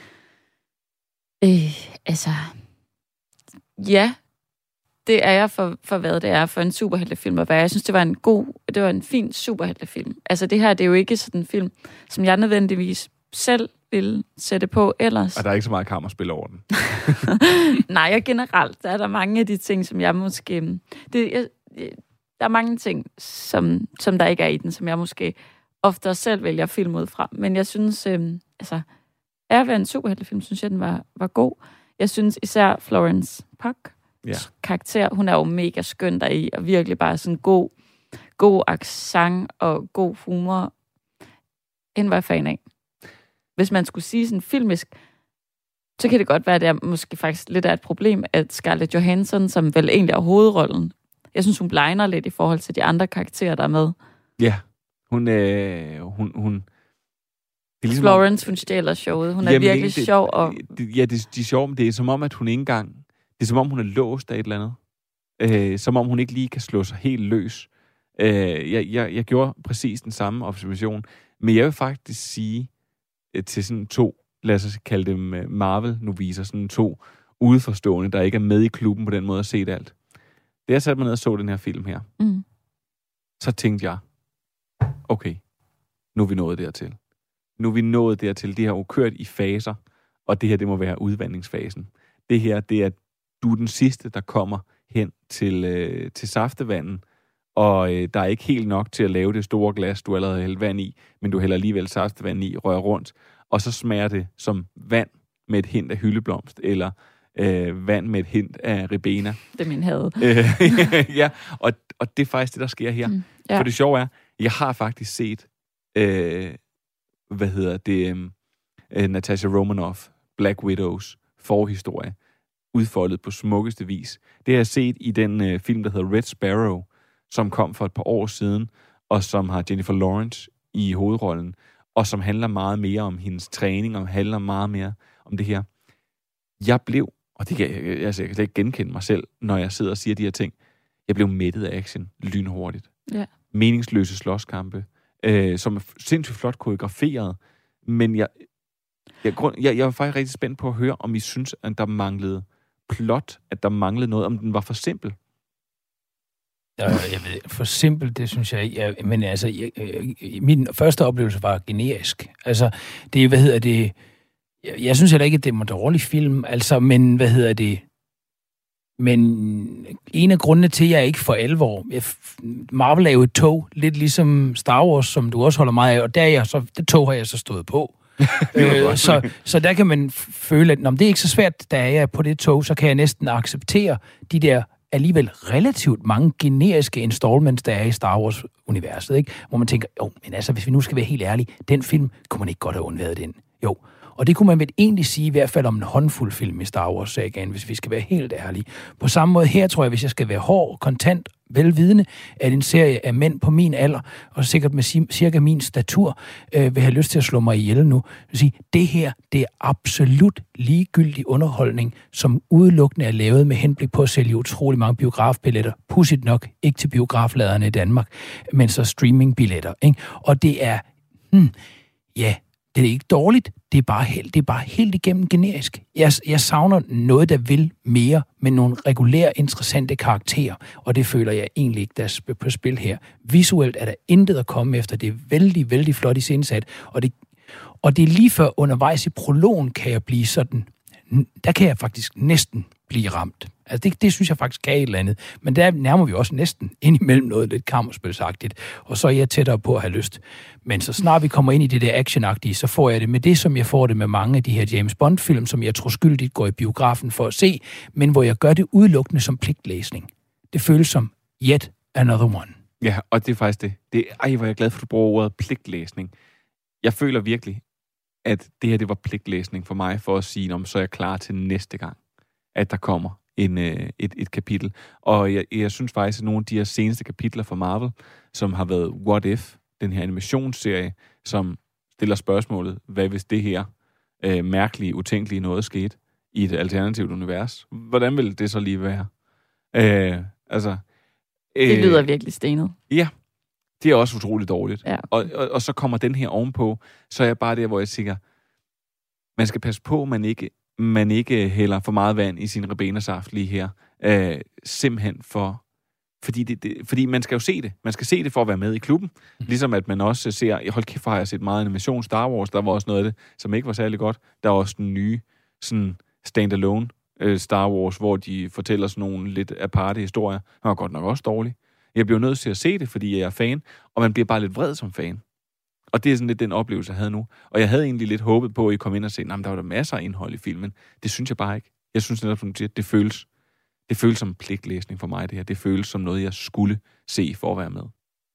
Øh, altså, ja, det er jeg for, for hvad det er for en superheltefilm at være. Jeg synes, det var en god, det var en fin superheltefilm. Altså det her, det er jo ikke sådan en film, som jeg nødvendigvis selv vil sætte på ellers. Og der er ikke så meget kammerspil over den. Nej, og generelt, der er der mange af de ting, som jeg måske... Det, jeg, der er mange ting, som, som der ikke er i den, som jeg måske ofte selv vælger film ud fra. Men jeg synes, øh, altså, at være en superheltefilm, synes jeg, den var, var god. Jeg synes især Florence Pugh, ja. karakter, hun er jo mega skøn deri, og virkelig bare sådan god, god accent og god humor. Hende var jeg fan af. Hvis man skulle sige sådan filmisk, så kan det godt være, at det er måske faktisk lidt af et problem, at Scarlett Johansson, som vel egentlig er hovedrollen, jeg synes, hun blegner lidt i forhold til de andre karakterer, der er med. Ja, hun... Øh, hun, hun det er ligesom Florence, hun stjæler showet. Hun er jamen, virkelig det, sjov. Og... Det, ja, det, det er sjovt, men det er som om, at hun ikke engang... Det er som om, hun er låst af et eller andet. Øh, som om, hun ikke lige kan slå sig helt løs. Øh, jeg, jeg, jeg gjorde præcis den samme observation. Men jeg vil faktisk sige øh, til sådan to, lad os kalde dem uh, Marvel-noviser, sådan to udeforstående, der ikke er med i klubben på den måde at se det alt. Da jeg satte mig ned og så den her film her, mm. så tænkte jeg, okay, nu er vi nået dertil. Nu er vi nået dertil. Det har jo kørt i faser, og det her, det må være udvandingsfasen. Det her, det er, du er den sidste, der kommer hen til, øh, til saftevanden, og øh, der er ikke helt nok til at lave det store glas, du allerede hælder vand i, men du hælder alligevel saftevand i, rører rundt, og så smager det som vand med et hint af hyldeblomst, eller øh, vand med et hint af ribena. Det er min had. Ja, og, og det er faktisk det, der sker her. Mm, ja. For det sjove er, jeg har faktisk set, øh, hvad hedder det, øh, Natasha Romanoff, Black Widows forhistorie, udfoldet på smukkeste vis. Det har jeg set i den øh, film, der hedder Red Sparrow, som kom for et par år siden, og som har Jennifer Lawrence i hovedrollen, og som handler meget mere om hendes træning, og handler meget mere om det her. Jeg blev og det kan jeg, altså, jeg kan slet ikke genkende mig selv, når jeg sidder og siger de her ting. Jeg blev mættet af action lynhurtigt. Ja. Meningsløse slåskampe, øh, som er sindssygt flot koreograferet, men jeg, jeg, jeg, jeg var faktisk rigtig spændt på at høre, om I synes, at der manglede plot, at der manglede noget, om den var for simpel. Jeg ved, for simpelt, det synes jeg ikke. Jeg, men altså, jeg, min første oplevelse var generisk. Altså, det, hvad hedder det... Jeg, jeg synes heller ikke, at det var en dårlig film, altså, men, hvad hedder det... Men en af grundene til, at jeg ikke for alvor... Jeg, Marvel er jo et tog, lidt ligesom Star Wars, som du også holder meget af, og der er jeg så, det tog har jeg så stået på. øh, så, så der kan man føle, at når det er ikke så svært, da jeg er på det tog, så kan jeg næsten acceptere de der alligevel relativt mange generiske installments, der er i Star Wars-universet, ikke? Hvor man tænker, jo, men altså, hvis vi nu skal være helt ærlige, den film kunne man ikke godt have undværet den. Jo, og det kunne man vel egentlig sige i hvert fald om en håndfuld film i Star Wars-sagaen, hvis vi skal være helt ærlige. På samme måde her, tror jeg, hvis jeg skal være hård, kontant, velvidende, at en serie af mænd på min alder, og sikkert med cirka min statur, øh, vil have lyst til at slå mig ihjel nu. Jeg sige, det her, det er absolut ligegyldig underholdning, som udelukkende er lavet med henblik på at sælge utrolig mange biografbilletter. Pudsigt nok, ikke til biografladerne i Danmark, men så streamingbilletter. Ikke? Og det er, hmm, ja, det er ikke dårligt, det er bare helt, det er bare helt igennem generisk. Jeg, jeg savner noget, der vil mere, med nogle regulære, interessante karakterer, og det føler jeg egentlig ikke, der er på spil her. Visuelt er der intet at komme efter, det er vældig, vældig flot iscenesat, og det, og det er lige før undervejs i prologen, kan jeg blive sådan, der kan jeg faktisk næsten blive ramt. Altså det, det synes jeg faktisk kan et eller andet. Men der nærmer vi også næsten ind imellem noget lidt kammerspilsagtigt, og så er jeg tættere på at have lyst. Men så snart vi kommer ind i det der actionagtige, så får jeg det med det, som jeg får det med mange af de her James Bond-film, som jeg tror skyldigt går i biografen for at se, men hvor jeg gør det udelukkende som pligtlæsning. Det føles som yet another one. Ja, og det er faktisk det. det er, ej, hvor er jeg glad for, at du bruger ordet pligtlæsning. Jeg føler virkelig, at det her det var pligtlæsning for mig, for at sige, om så er jeg klar til næste gang, at der kommer en, øh, et, et kapitel. Og jeg, jeg synes faktisk, at nogle af de her seneste kapitler fra Marvel, som har været What If, den her animationsserie, som stiller spørgsmålet, hvad hvis det her øh, mærkelige, utænkelige noget skete i et alternativt univers? Hvordan vil det så lige være? Øh, altså, øh, det lyder virkelig stenet. Ja, det er også utroligt dårligt. Ja. Og, og, og så kommer den her ovenpå, så er jeg bare der, hvor jeg siger, man skal passe på, man ikke man ikke hælder for meget vand i sin ribena-saft lige her. Øh, simpelthen for... Fordi, det, det, fordi man skal jo se det. Man skal se det for at være med i klubben. Mm. Ligesom at man også ser... Hold kæft, har jeg set meget animation Star Wars. Der var også noget af det, som ikke var særlig godt. Der var også den nye sådan standalone øh, Star Wars, hvor de fortæller sådan nogle lidt aparte historier. Den var godt nok også dårlig. Jeg bliver nødt til at se det, fordi jeg er fan. Og man bliver bare lidt vred som fan. Og det er sådan lidt den oplevelse, jeg havde nu. Og jeg havde egentlig lidt håbet på, at I kom ind og se, at der var der masser af indhold i filmen. Det synes jeg bare ikke. Jeg synes netop, som du siger, det føles, det føles som en pligtlæsning for mig, det her. Det føles som noget, jeg skulle se for at være med.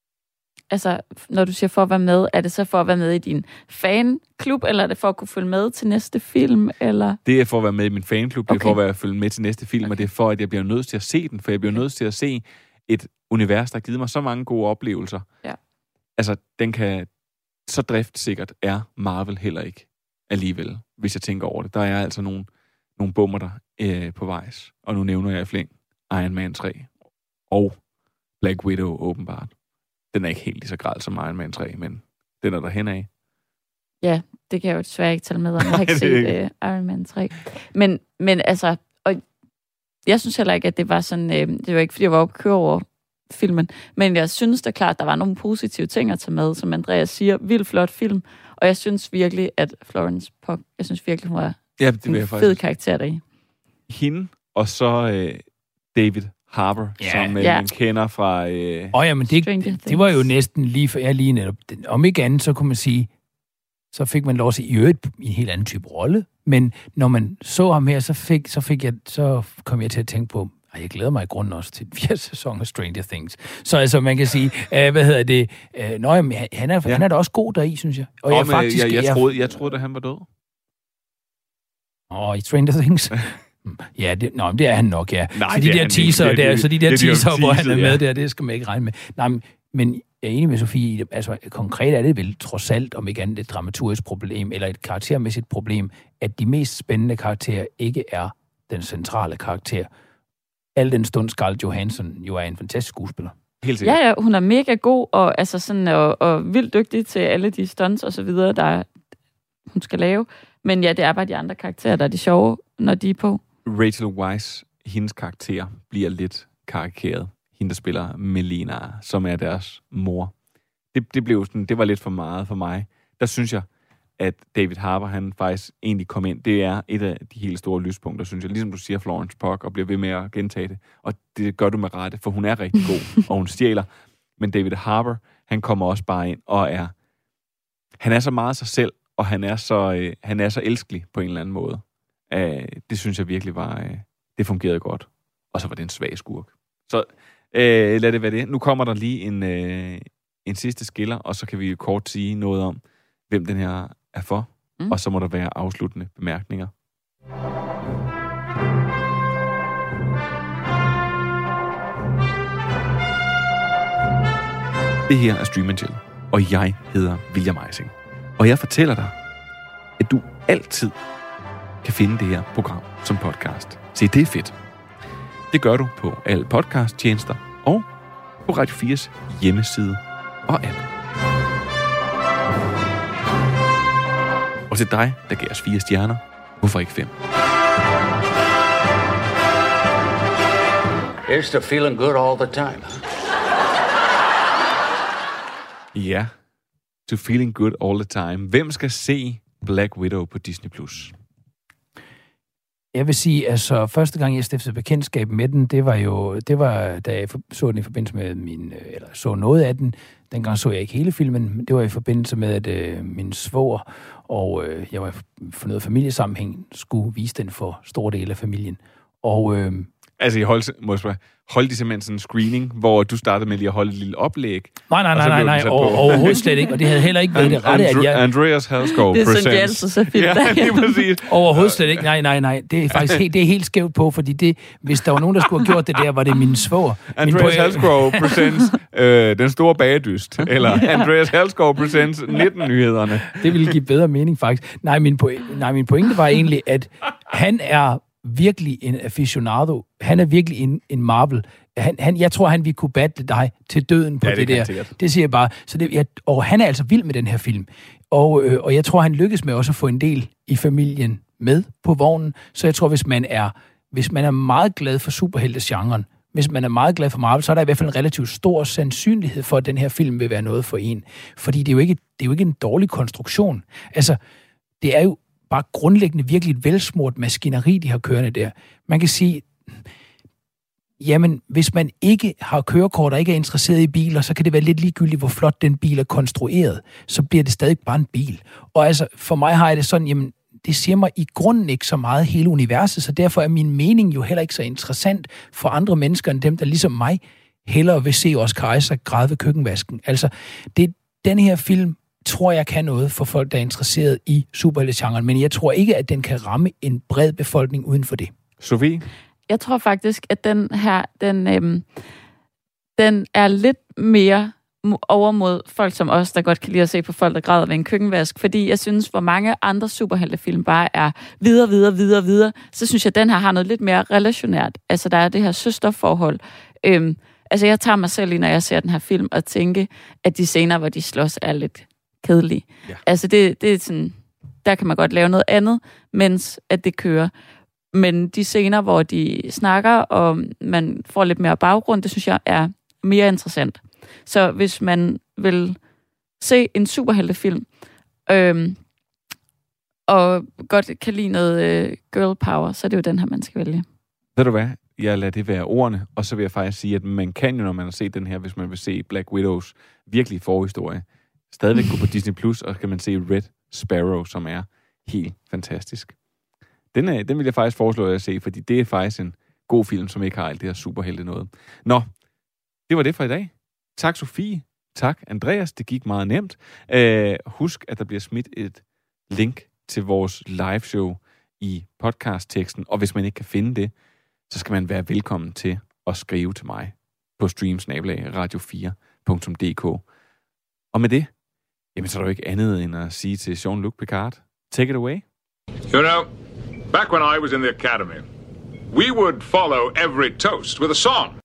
Altså, når du siger for at være med, er det så for at være med i din fanklub, eller er det for at kunne følge med til næste film, eller? Det er for at være med i min fanklub, okay. Det er for at være følge med til næste film, okay. Og det er for, at jeg bliver nødt til at se den, for jeg bliver nødt til at se et univers, der har givet mig så mange gode oplevelser. Ja. Altså, den kan... Så driftsikkert er Marvel heller ikke alligevel, hvis jeg tænker over det. Der er altså nogle, nogle bummer der øh, på vejs. Og nu nævner jeg i flæng Iron Man tre og Black Widow åbenbart. Den er ikke helt lige så grad som Iron Man tre, men den er der hen af. Ja, det kan jeg jo desværre ikke tale med om. Jeg har ikke set uh, Iron Man tre. Men, men altså, og jeg synes heller ikke, at det var sådan, øh, det var ikke, fordi jeg var oppe at køre over filmen, men jeg synes da klart, at der var nogle positive ting at tage med, som Andreas siger, vildt flot film, og jeg synes virkelig, at Florence Pugh, jeg synes virkelig, hun var ja, det en fed faktisk. karakter deri. Hende, og så øh, David Harbour, ja. som øh, ja. man kender fra... Øh... Oh, ja, men det, det, det var jo næsten lige for jeg lige netop. Om ikke andet, så kunne man sige, så fik man lov at se i øvrigt i en helt anden type rolle, men når man så ham her, så fik, så fik jeg, så kom jeg til at tænke på, og jeg glæder mig i grunden også til fjerde sæson af Stranger Things. Så altså, man kan sige, øh, hvad hedder det? Øh, nøj, han er, ja. han er da også god deri, synes jeg. Og Nå, jeg, faktisk, jeg, jeg, jeg, troede, jeg troede, at han var død. Åh, i Stranger Things? ja, det, nå, det er han nok, ja. Nej, så de der teaser, det, det, der, så de der det, teaser, de hvor han er med ja. der, det skal man ikke regne med. Nej, men, men jeg er enig med Sofie, altså konkret er det vel trods alt, om ikke andet et dramaturgisk problem, eller et karaktermæssigt problem, at de mest spændende karakterer ikke er den centrale karakter. Al den stund Scarlett Johansson jo er en fantastisk skuespiller. Helt sikkert. Ja, ja, hun er mega god, og, altså sådan, og, og vildt dygtig til alle de stunts og så videre, der hun skal lave. Men ja, det er bare de andre karakterer, der er de sjove, når de er på. Rachel Weisz, hendes karakter, bliver lidt karikeret. Hende, der spiller Melina, som er deres mor. Det, det, blev sådan, det var lidt for meget for mig. Der synes jeg, at David Harbour, han faktisk egentlig kom ind. Det er et af de helt store lyspunkter, synes jeg. Ligesom du siger, Florence Pugh, og bliver ved med at gentage det. Og det gør du med rette, for hun er rigtig god, og hun stjæler. Men David Harbour, han kommer også bare ind og er... Han er så meget sig selv, og han er så, øh, han er så elskelig på en eller anden måde. Øh, det synes jeg virkelig var... Øh, det fungerede godt. Og så var det en svag skurk. Så øh, lad det være det. Nu kommer der lige en, øh, en sidste skiller, og så kan vi jo kort sige noget om, hvem den her er for. Mm. Og så må der være afsluttende bemærkninger. Det her er Stream and Chill, og jeg hedder William Eising. Og jeg fortæller dig, at du altid kan finde det her program som podcast. Se, det er fedt. Det gør du på alle podcasttjenester og på Radio fires hjemmeside og app. Og til dig, der gav os fire stjerner, hvorfor ikke fem? Here's to feeling good all the time. Ja, to feeling good all the time. Hvem skal se Black Widow på Disney plus? Jeg vil sige, altså første gang jeg stiftede bekendtskab med den, det var jo, det var da jeg så den i forbindelse med min, eller så noget af den. Dengang så jeg ikke hele filmen, men det var i forbindelse med, at øh, min svoger og øh, jeg var for noget familiesammenhæng skulle vise den for store dele af familien. Og øh, altså, I holdt, må jeg spørge, holdt de simpelthen sådan en screening, hvor du startede med lige at holde et lille oplæg? Nej, nej, nej, nej, nej, over, overhovedet slet ikke, og det havde heller ikke været det rette, at jeg... Andreas Halsgaard presents. Det er sådan, de altid så fint. Ja, lige præcis. Overhovedet slet ikke, nej, nej, nej. Det er faktisk helt, det er helt skævt på, fordi det, hvis der var nogen, der skulle have gjort det der, var det min svoger. Andreas Halsgaard presents øh, den store bagedyst, eller Andreas Halsgaard presents nitten-nyhederne. Det ville give bedre mening, faktisk. Nej, min, po- nej, min pointe var egentlig, at han er virkelig en aficionado. Han er virkelig en, en Marvel. Han, han, jeg tror, han ville kunne battle dig til døden på ja, det, det der. Det siger jeg bare. Så det, jeg, og han er altså vild med den her film. Og, øh, og jeg tror, han lykkes med også at få en del i familien med på vognen. Så jeg tror, hvis man er, hvis man er meget glad for superheltegenren, hvis man er meget glad for Marvel, så er der i hvert fald en relativt stor sandsynlighed for, at den her film vil være noget for en. Fordi det er jo ikke, det er jo ikke en dårlig konstruktion. Altså, det er jo bare grundlæggende virkelig et velsmurt maskineri, de har kørende der. Man kan sige, jamen, hvis man ikke har kørekort og ikke er interesseret i biler, så kan det være lidt ligegyldigt, hvor flot den bil er konstrueret. Så bliver det stadig bare en bil. Og altså, for mig har jeg det sådan, jamen, det siger mig i grunden ikke så meget hele universet, så derfor er min mening jo heller ikke så interessant for andre mennesker end dem, der ligesom mig hellere vil se Oscar Isaac græde ved køkkenvasken. Altså, det, den her film tror jeg kan noget for folk, der er interesseret i superheltegenren, men jeg tror ikke, at den kan ramme en bred befolkning uden for det. Sofie? Jeg tror faktisk, at den her, den, øhm, den er lidt mere over mod folk som os, der godt kan lide at se på folk, der græder ved en køkkenvask, fordi jeg synes, hvor mange andre superheltefilm bare er videre, videre, videre, videre, så synes jeg, at den her har noget lidt mere relationært. Altså, der er det her søsterforhold. Øhm, altså, jeg tager mig selv i, når jeg ser den her film, og tænke, at de scener, hvor de slås, er lidt kedelige. Ja. Altså, det, det er sådan, der kan man godt lave noget andet, mens at det kører. Men de scener, hvor de snakker, og man får lidt mere baggrund, det synes jeg er mere interessant. Så hvis man vil se en superheltefilm, øhm, og godt kan lide noget øh, girl power, så er det jo den her, man skal vælge. Ved du hvad? Jeg lader det være ordene, og så vil jeg faktisk sige, at man kan jo, når man har set den her, hvis man vil se Black Widows virkelige forhistorie, stadigvæk gå på Disney plus, og kan man se Red Sparrow, som er helt fantastisk. Den, er, den vil jeg faktisk foreslå at se, fordi det er faktisk en god film, som ikke har alt det her superhelte noget. Nå, det var det for i dag. Tak, Sofie. Tak, Andreas. Det gik meget nemt. Uh, husk, at der bliver smidt et link til vores liveshow i podcastteksten, og hvis man ikke kan finde det, så skal man være velkommen til at skrive til mig på stream snabel-a radio fire punktum d k. Og med det, jamen så er der jo ikke andet end at sige til Jean-Luc Picard, take it away. You know, back when I was in the academy, we would follow every toast with a song.